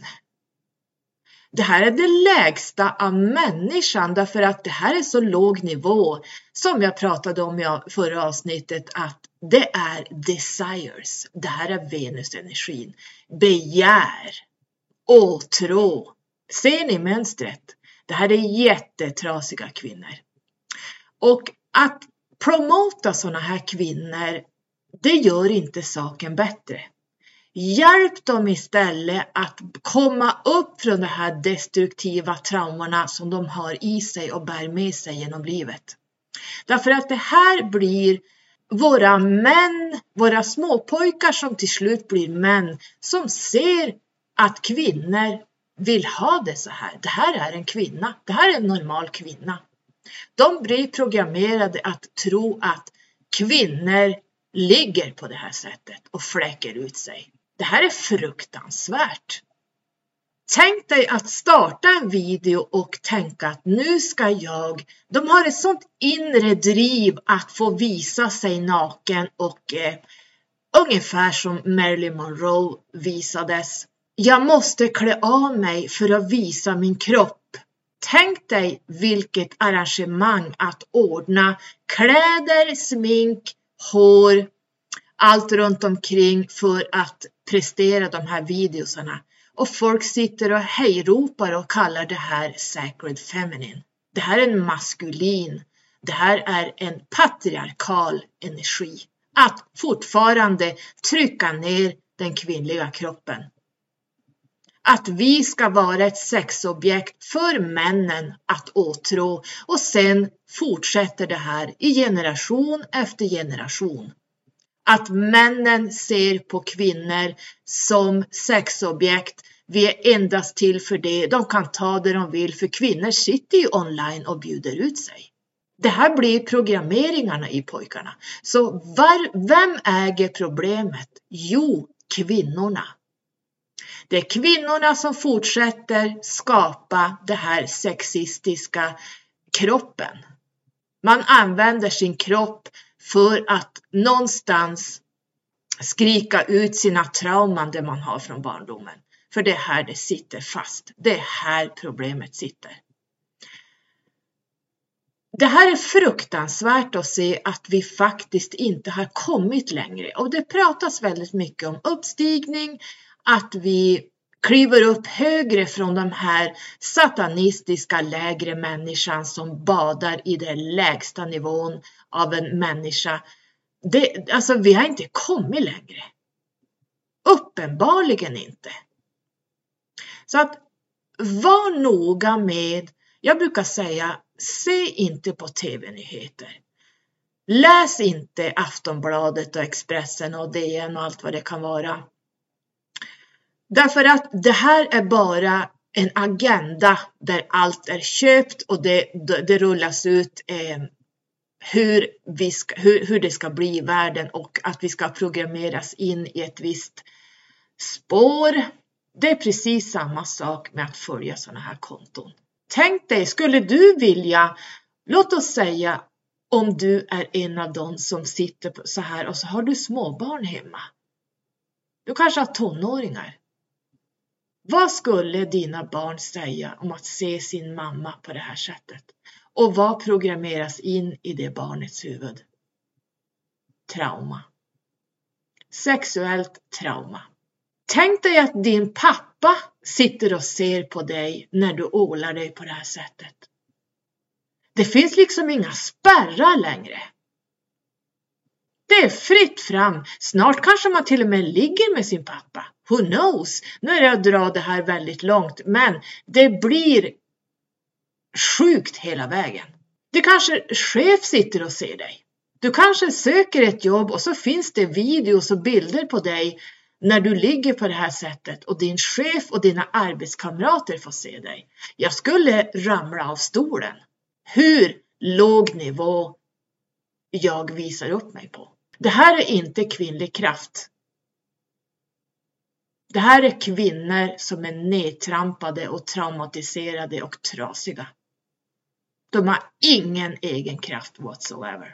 Det här är det lägsta av människan därför att det här är så låg nivå som jag pratade om i förra avsnittet att det är desires. Det här är Venusenergin. Begär. Åtrå. Ser ni mönstret? Det här är jättetrasiga kvinnor. Och att promota sådana här kvinnor, det gör inte saken bättre. Hjälp dem istället att komma upp från de här destruktiva traumorna som de har i sig och bär med sig genom livet. Därför att det här blir våra män, våra småpojkar som till slut blir män som ser att kvinnor vill ha det så här. Det här är en kvinna, det här är en normal kvinna. De blir programmerade att tro att kvinnor ligger på det här sättet och fläcker ut sig. Det här är fruktansvärt. Tänk dig att starta en video och tänka att nu ska jag... De har ett sånt inre driv att få visa sig naken och eh, ungefär som Marilyn Monroe visades. Jag måste klä av mig för att visa min kropp. Tänk dig vilket arrangemang att ordna kläder, smink, hår, allt runt omkring för att prestera de här videosarna. Och folk sitter och hejropar och kallar det här Sacred Feminine. Det här är en maskulin. Det här är en patriarkal energi. Att fortfarande trycka ner den kvinnliga kroppen. Att vi ska vara ett sexobjekt för männen att åtrå. Och sen fortsätter det här i generation efter generation. Att männen ser på kvinnor som sexobjekt. Vi är endast till för det. De kan ta det de vill. För kvinnor sitter ju online och bjuder ut sig. Det här blir programmeringarna i pojkarna. Så var, vem äger problemet? Jo, kvinnorna. Det är kvinnorna som fortsätter skapa det här sexistiska kroppen. Man använder sin kropp för att någonstans skrika ut sina trauman det man har från barndomen. För det är här det sitter fast. Det är här problemet sitter. Det här är fruktansvärt att se att vi faktiskt inte har kommit längre. Och det pratas väldigt mycket om uppstigning. Att vi kliver upp högre från de här satanistiska lägre människan som badar i den lägsta nivån av en människa. Det, alltså vi har inte kommit längre. Uppenbarligen inte. Så att var noga med, jag brukar säga, se inte på tv-nyheter. Läs inte Aftonbladet och Expressen och D N och allt vad det kan vara. Därför att det här är bara en agenda där allt är köpt och det, det rullas ut eh, hur, vi ska, hur, hur det ska bli i världen och att vi ska programmeras in i ett visst spår. Det är precis samma sak med att följa sådana här konton. Tänk dig, skulle du vilja, låt oss säga om du är en av dem som sitter så här och så har du småbarn hemma. Du kanske har tonåringar. Vad skulle dina barn säga om att se sin mamma på det här sättet? Och vad programmeras in i det barnets huvud? Trauma. Sexuellt trauma. Tänk dig att din pappa sitter och ser på dig när du ålar dig på det här sättet. Det finns liksom inga spärrar längre. Det är fritt fram. Snart kanske man till och med ligger med sin pappa. Who knows? Nu är det att dra det här väldigt långt. Men det blir sjukt hela vägen. Det kanske chef sitter och ser dig. Du kanske söker ett jobb och så finns det videos och bilder på dig när du ligger på det här sättet och din chef och dina arbetskamrater får se dig. Jag skulle ramla av stolen. Hur låg nivå jag visar upp mig på. Det här är inte kvinnlig kraft. Det här är kvinnor som är nedtrampade och traumatiserade och trasiga. De har ingen egen kraft whatsoever.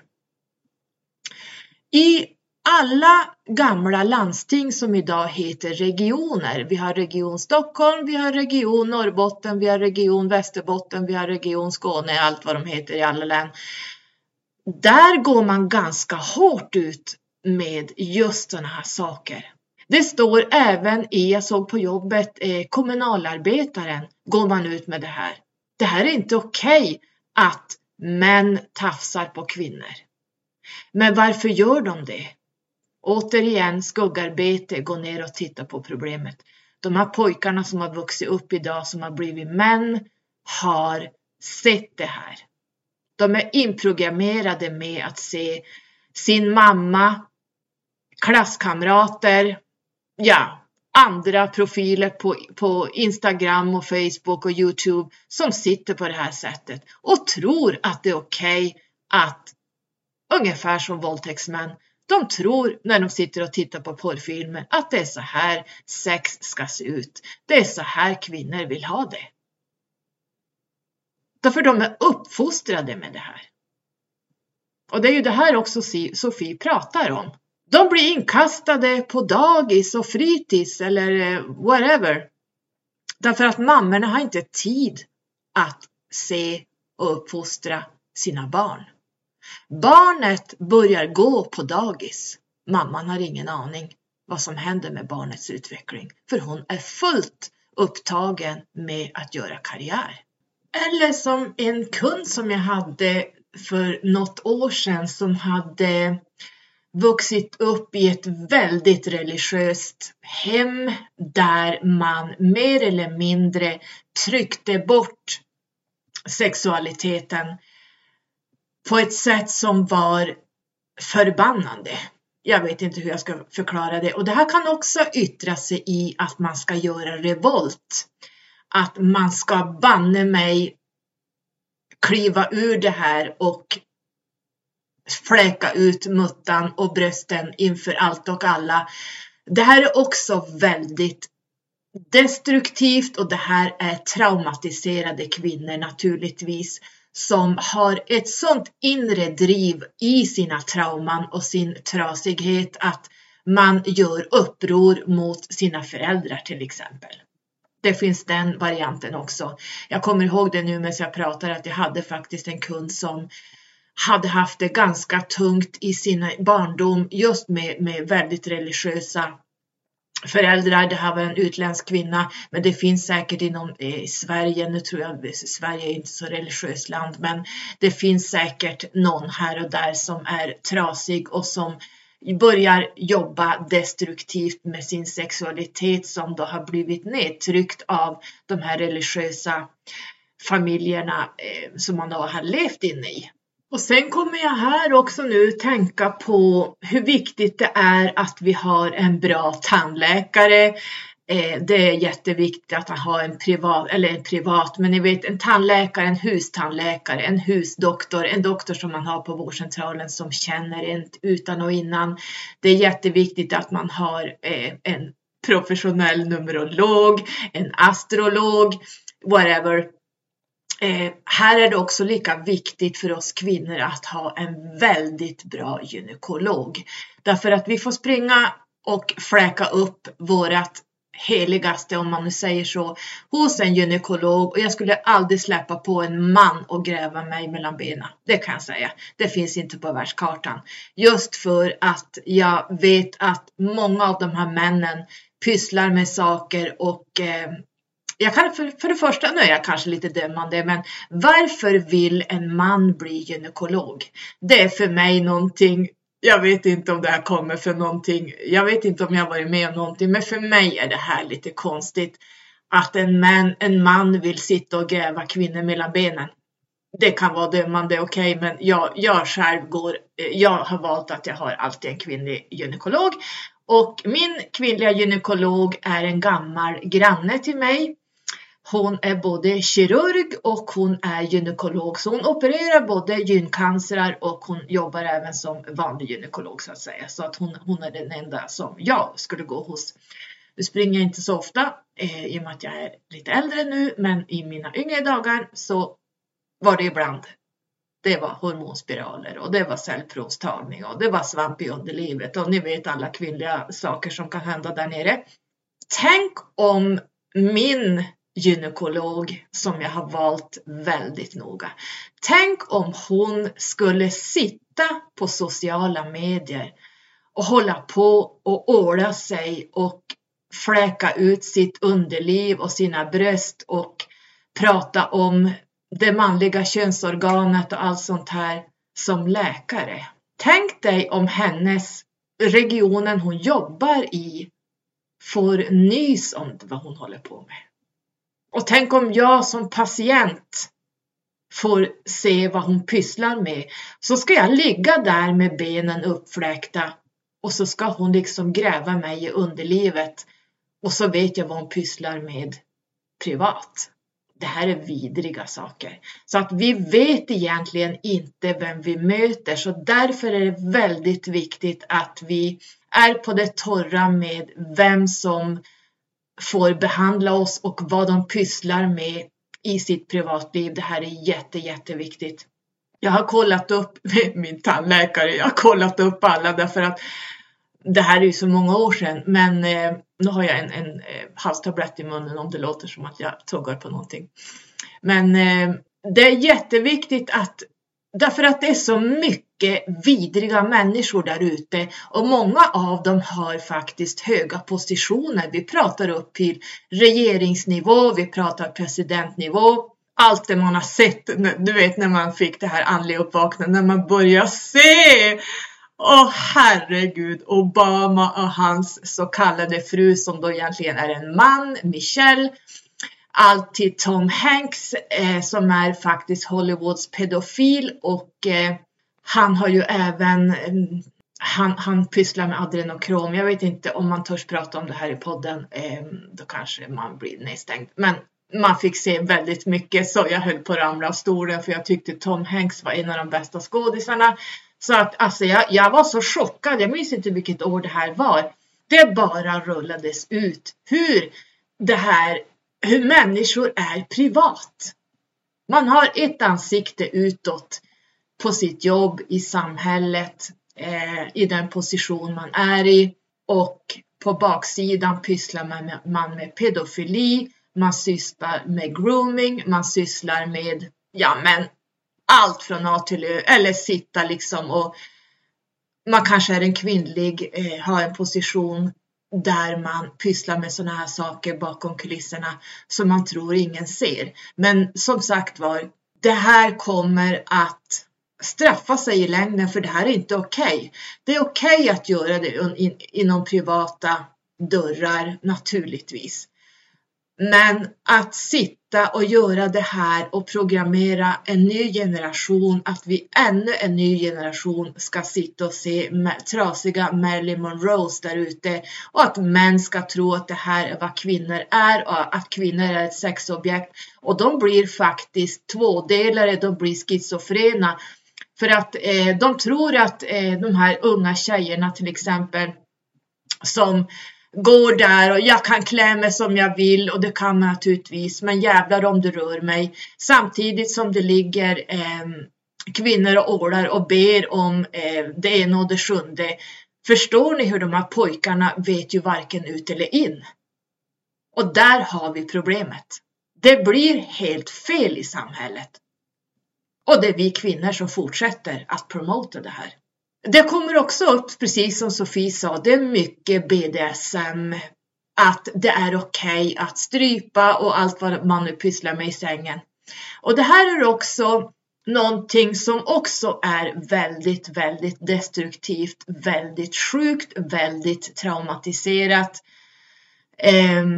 I alla gamla landsting som idag heter regioner. Vi har region Stockholm, vi har region Norrbotten, vi har region Västerbotten, vi har region Skåne, allt vad de heter i alla län. Där går man ganska hårt ut med just sådana här saker. Det står även i, jag såg på jobbet, eh, kommunalarbetaren går man ut med det här. Det här är inte okej att män tafsar på kvinnor. Men varför gör de det? Återigen, skuggarbete, gå ner och titta på problemet. De här pojkarna som har vuxit upp idag, som har blivit män, har sett det här. De är inprogrammerade med att se sin mamma, klasskamrater, ja, andra profiler på, på Instagram och Facebook och YouTube som sitter på det här sättet och tror att det är okej att, ungefär som våldtäktsmän, de tror när de sitter och tittar på porrfilmer att det är så här sex ska se ut. Det är så här kvinnor vill ha det. Därför de är uppfostrade med det här. Och det är ju det här också Sofie pratar om. De blir inkastade på dagis och fritids eller whatever. Därför att mammorna har inte tid att se och uppfostra sina barn. Barnet börjar gå på dagis. Mamman har ingen aning vad som händer med barnets utveckling. För hon är fullt upptagen med att göra karriär. Eller som en kund som jag hade för något år sedan som hade vuxit upp i ett väldigt religiöst hem där man mer eller mindre tryckte bort sexualiteten på ett sätt som var förbannande. Jag vet inte hur jag ska förklara det. Och det här kan också yttra sig i att man ska göra revolt. Att man ska banne mig kliva ur det här och fläka ut muttan och brösten inför allt och alla. Det här är också väldigt destruktivt och det här är traumatiserade kvinnor naturligtvis som har ett sånt inre driv i sina trauman och sin trasighet att man gör uppror mot sina föräldrar till exempel. Det finns den varianten också. Jag kommer ihåg det nu medan jag pratar att jag hade faktiskt en kund som hade haft det ganska tungt i sin barndom just med, med väldigt religiösa föräldrar. Det här var en utländsk kvinna, men det finns säkert inom eh, Sverige, nu tror jag Sverige är inte så religiöst land, men det finns säkert någon här och där som är trasig och som börjar jobba destruktivt med sin sexualitet som då har blivit nedtryckt av de här religiösa familjerna eh, som man då har levt in i. Och sen kommer jag här också nu tänka på hur viktigt det är att vi har en bra tandläkare. Eh, det är jätteviktigt att man har en privat, eller en privat, men ni vet en tandläkare, en hustandläkare, en husdoktor, en doktor som man har på vårdcentralen som känner en utan och innan. Det är jätteviktigt att man har eh, en professionell numerolog, en astrolog, whatever. Eh, här är det också lika viktigt för oss kvinnor att ha en väldigt bra gynekolog. Därför att vi får springa och fläka upp vårat heligaste, om man nu säger så, hos en gynekolog. Och jag skulle aldrig släppa på en man och gräva mig mellan benen. Det kan jag säga. Det finns inte på världskartan. Just för att jag vet att många av de här männen pysslar med saker och... Eh, Jag kan, för, för det första, nu är jag kanske lite dömande, men varför vill en man bli gynekolog? Det är för mig någonting, jag vet inte om det här kommer för någonting, jag vet inte om jag varit med om någonting, men för mig är det här lite konstigt att en man, en man vill sitta och gräva kvinnor mellan benen. Det kan vara dömande, okej, okay, men jag, jag själv går, jag har valt att jag har alltid en kvinnlig gynekolog. Och min kvinnliga gynekolog är en gammal granne till mig. Hon är både kirurg och hon är gynekolog. Så hon opererar både gyncancer och hon jobbar även som vanlig gynekolog så att säga. Så att hon, hon är den enda som jag skulle gå hos. Nu springer jag inte så ofta eh, i och med att jag är lite äldre nu. Men i mina yngre dagar så var det ibland. Det var hormonspiraler och det var cellprovstagning och det var svamp i underlivet. Och ni vet alla kvinnliga saker som kan hända där nere. Tänk om min gynekolog som jag har valt väldigt noga. Tänk om hon skulle sitta på sociala medier och hålla på och åla sig och fläka ut sitt underliv och sina bröst och prata om det manliga könsorganet och allt sånt här som läkare. Tänk dig om hennes regionen hon jobbar i får nys om vad hon håller på med. Och tänk om jag som patient får se vad hon pysslar med. Så ska jag ligga där med benen uppfläkta och så ska hon liksom gräva mig i underlivet. Och så vet jag vad hon pysslar med privat. Det här är vidriga saker. Så att vi vet egentligen inte vem vi möter. Så därför är det väldigt viktigt att vi är på det torra med vem som får behandla oss och vad de pysslar med i sitt privatliv. Det här är jätte, jätteviktigt. Jag har kollat upp med min tandläkare. Jag har kollat upp alla därför att det här är ju så många år sedan. Men eh, nu har jag en, en eh, halstablett i munnen om det låter som att jag tuggar på någonting. Men eh, det är jätteviktigt att, därför att det är så mycket vidriga människor där ute. Och många av dem har faktiskt höga positioner. Vi pratar upp till regeringsnivå, vi pratar presidentnivå. Allt det man har sett, du vet när man fick det här andliga uppvaknandet, när man börjar se... Åh herregud, Obama och hans så kallade fru som då egentligen är en man, Michelle. Allt till Tom Hanks eh, som är faktiskt Hollywoods pedofil och eh, han har ju även, eh, han, han pysslar med adrenokrom. Jag vet inte om man törs prata om det här i podden, eh, då kanske man blir nedstängd. Men man fick se väldigt mycket så jag höll på att ramla av stolen för jag tyckte Tom Hanks var en av de bästa skådisarna. Så att alltså jag, jag var så chockad, jag minns inte vilket år det här var. Det bara rullades ut hur det här, hur människor är privat. Man har ett ansikte utåt på sitt jobb, i samhället, eh, i den position man är i. Och på baksidan pysslar man med, man med pedofili, man sysslar med grooming, man sysslar med, ja men, allt från A till Ö. Eller sitta liksom och man kanske är en kvinnlig, eh, har en position där man pysslar med såna här saker bakom kulisserna som man tror ingen ser. Men som sagt var, det här kommer att straffa sig i längden, för det här är inte okej. Okay. Det är okej okay att göra det in, inom privata dörrar naturligtvis. Men att sitta och göra det här och programmera en ny generation, att vi ännu en ny generation ska sitta och se trasiga Marilyn Monroes där ute, och att män ska tro att det här är vad kvinnor är och att kvinnor är ett sexobjekt. Och de blir faktiskt tvådelare, de blir schizofrena. För att eh, de tror att eh, de här unga tjejerna till exempel som går där och jag kan klä mig som jag vill, och det kan man naturligtvis, men jävlar om du rör mig. Samtidigt som det ligger eh, kvinnor och ålar och ber om eh, det ena och det sjunde. Förstår ni hur de här pojkarna vet ju varken ut eller in? Och där har vi problemet. Det blir helt fel i samhället. Och det är vi kvinnor som fortsätter att promota det här. Det kommer också upp, precis som Sofie sa, det är mycket B D S M. Att det är okej okay att strypa och allt vad man nu pysslar med i sängen. Och det här är också någonting som också är väldigt, väldigt destruktivt, väldigt sjukt, väldigt traumatiserat. Ehm,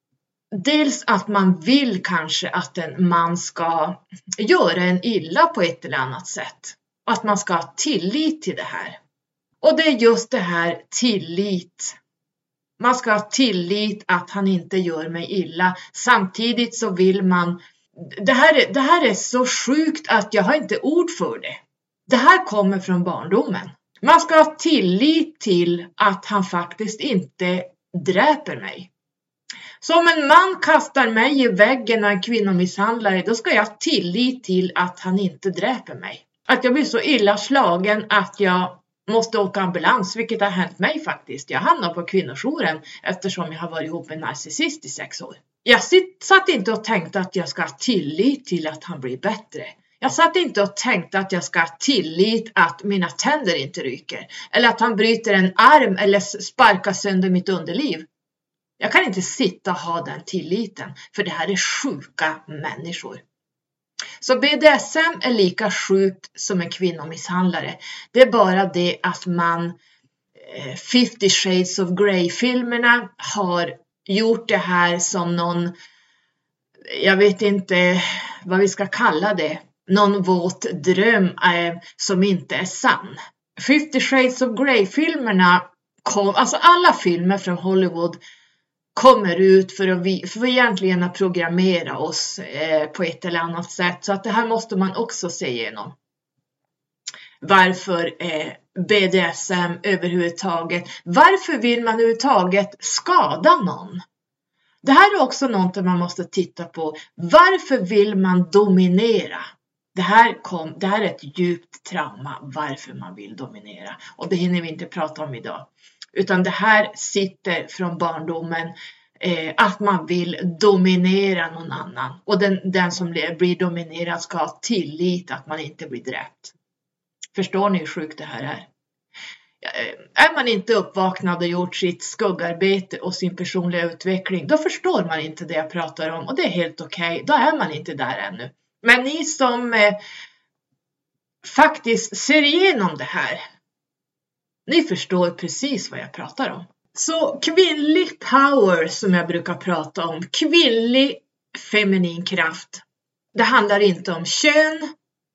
dels att man vill kanske att en man ska göra en illa på ett eller annat sätt. Att man ska ha tillit till det här. Och det är just det här tillit. Man ska ha tillit att han inte gör mig illa. Samtidigt så vill man... Det här, är, det här är så sjukt att jag har inte ord för det. Det här kommer från barndomen. Man ska ha tillit till att han faktiskt inte dräper mig. Så om en man kastar mig i väggen och en kvinnomisshandlare, då ska jag ha tillit till att han inte dräper mig. Att jag blir så illa slagen att jag måste åka ambulans, vilket har hänt mig faktiskt. Jag hamnade på kvinnojouren eftersom jag har varit ihop med en narcissist i sex år. Jag satt inte och tänkte att jag ska ha tillit till att han blir bättre. Jag satt inte och tänkte att jag ska ha tillit att mina tänder inte ryker. Eller att han bryter en arm eller sparkar sönder mitt underliv. Jag kan inte sitta och ha den tilliten, för det här är sjuka människor. Så B D S M är lika sjukt som en kvinnomisshandlare. Det är bara det att man, Fifty Shades of Grey-filmerna har gjort det här som någon, jag vet inte vad vi ska kalla det, någon våt dröm eh, som inte är sann. Fifty Shades of Grey-filmerna, kom, alltså alla filmer från Hollywood kommer ut för att vi, för egentligen att programmera oss eh, på ett eller annat sätt. Så att det här måste man också se igenom. Varför eh, B D S M överhuvudtaget? Varför vill man överhuvudtaget skada någon? Det här är också något man måste titta på. Varför vill man dominera? Det här, kom, det här är ett djupt trauma, varför man vill dominera. Och det hinner vi inte prata om idag. Utan det här sitter från barndomen, eh, att man vill dominera någon annan. Och den, den som blir dominerad ska ha tillit att man inte blir dräpt. Förstår ni hur sjukt det här är? Är man inte uppvaknad och gjort sitt skuggarbete och sin personliga utveckling, då förstår man inte det jag pratar om. Och det är helt okej, okay. Då är man inte där ännu. Men ni som eh, faktiskt ser igenom det här, ni förstår precis vad jag pratar om. Så kvinnlig power som jag brukar prata om. Kvinnlig feminin kraft. Det handlar inte om kön.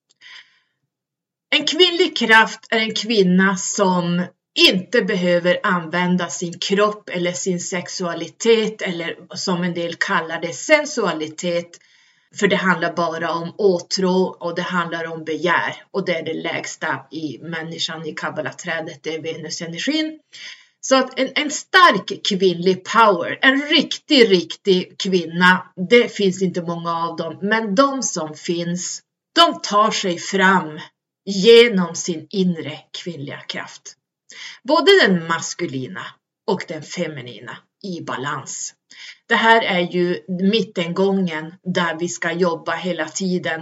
En kvinnlig kraft är en kvinna som inte behöver använda sin kropp eller sin sexualitet. Eller som en del kallar det, sensualitet. För det handlar bara om åtrå och det handlar om begär. Och det är det lägsta i människan i kabbalaträdet, det är Venusenergin. Så att en, en stark kvinnlig power, en riktig, riktig kvinna, det finns inte många av dem. Men de som finns, de tar sig fram genom sin inre kvinnliga kraft. Både den maskulina och den feminina i balans. Det här är ju mittengången där vi ska jobba hela tiden.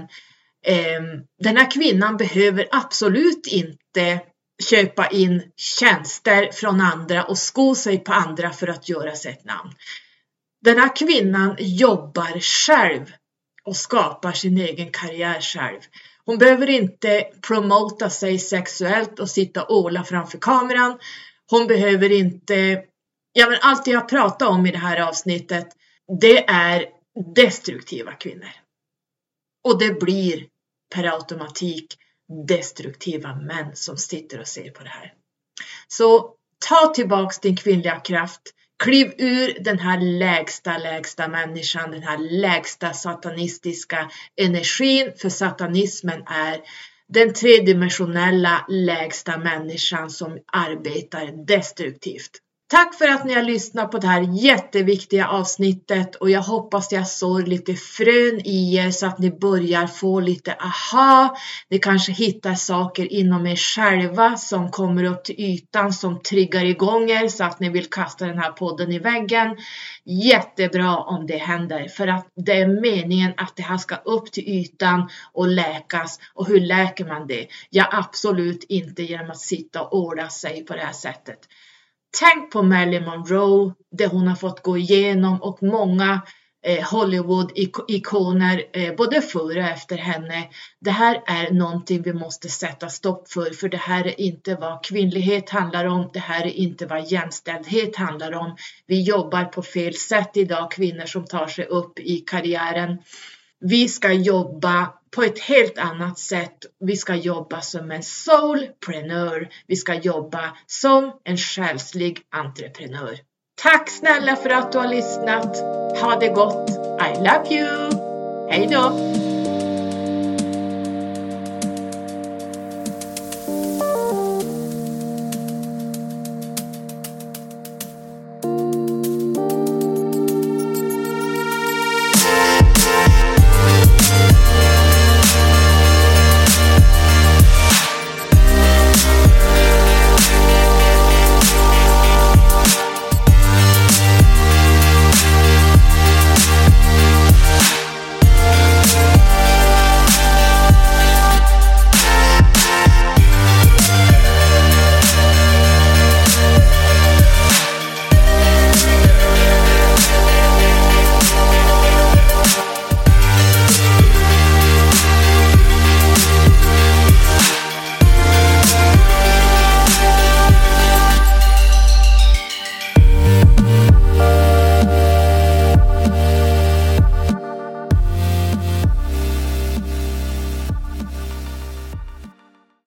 Den här kvinnan behöver absolut inte köpa in tjänster från andra och sko sig på andra för att göra sig ett namn. Den här kvinnan jobbar själv och skapar sin egen karriär själv. Hon behöver inte promota sig sexuellt och sitta och åla framför kameran. Hon behöver inte, ja men allt jag pratar om i det här avsnittet, det är destruktiva kvinnor. Och det blir per automatik destruktiva män som sitter och ser på det här. Så ta tillbaks din kvinnliga kraft. Kliv ur den här lägsta, lägsta människan, den här lägsta satanistiska energin. För satanismen är den tredimensionella lägsta människan som arbetar destruktivt. Tack för att ni har lyssnat på det här jätteviktiga avsnittet och jag hoppas jag sår lite frön i er så att ni börjar få lite aha. Ni kanske hittar saker inom er själva som kommer upp till ytan som triggar igång er så att ni vill kasta den här podden i väggen. Jättebra om det händer för att det är meningen att det här ska upp till ytan och läkas. Och hur läker man det? Ja, absolut inte genom att sitta och åla sig på det här sättet. Tänk på Marilyn Monroe, det hon har fått gå igenom och många eh, Hollywood-ikoner eh, både före och efter henne. Det här är någonting vi måste sätta stopp för, för det här är inte vad kvinnlighet handlar om, det här är inte vad jämställdhet handlar om. Vi jobbar på fel sätt idag, kvinnor som tar sig upp i karriären. Vi ska jobba på ett helt annat sätt. Vi ska jobba som en soulpreneur. Vi ska jobba som en själslig entreprenör. Tack snälla för att du har lyssnat. Ha det gott. I love you. Hej då.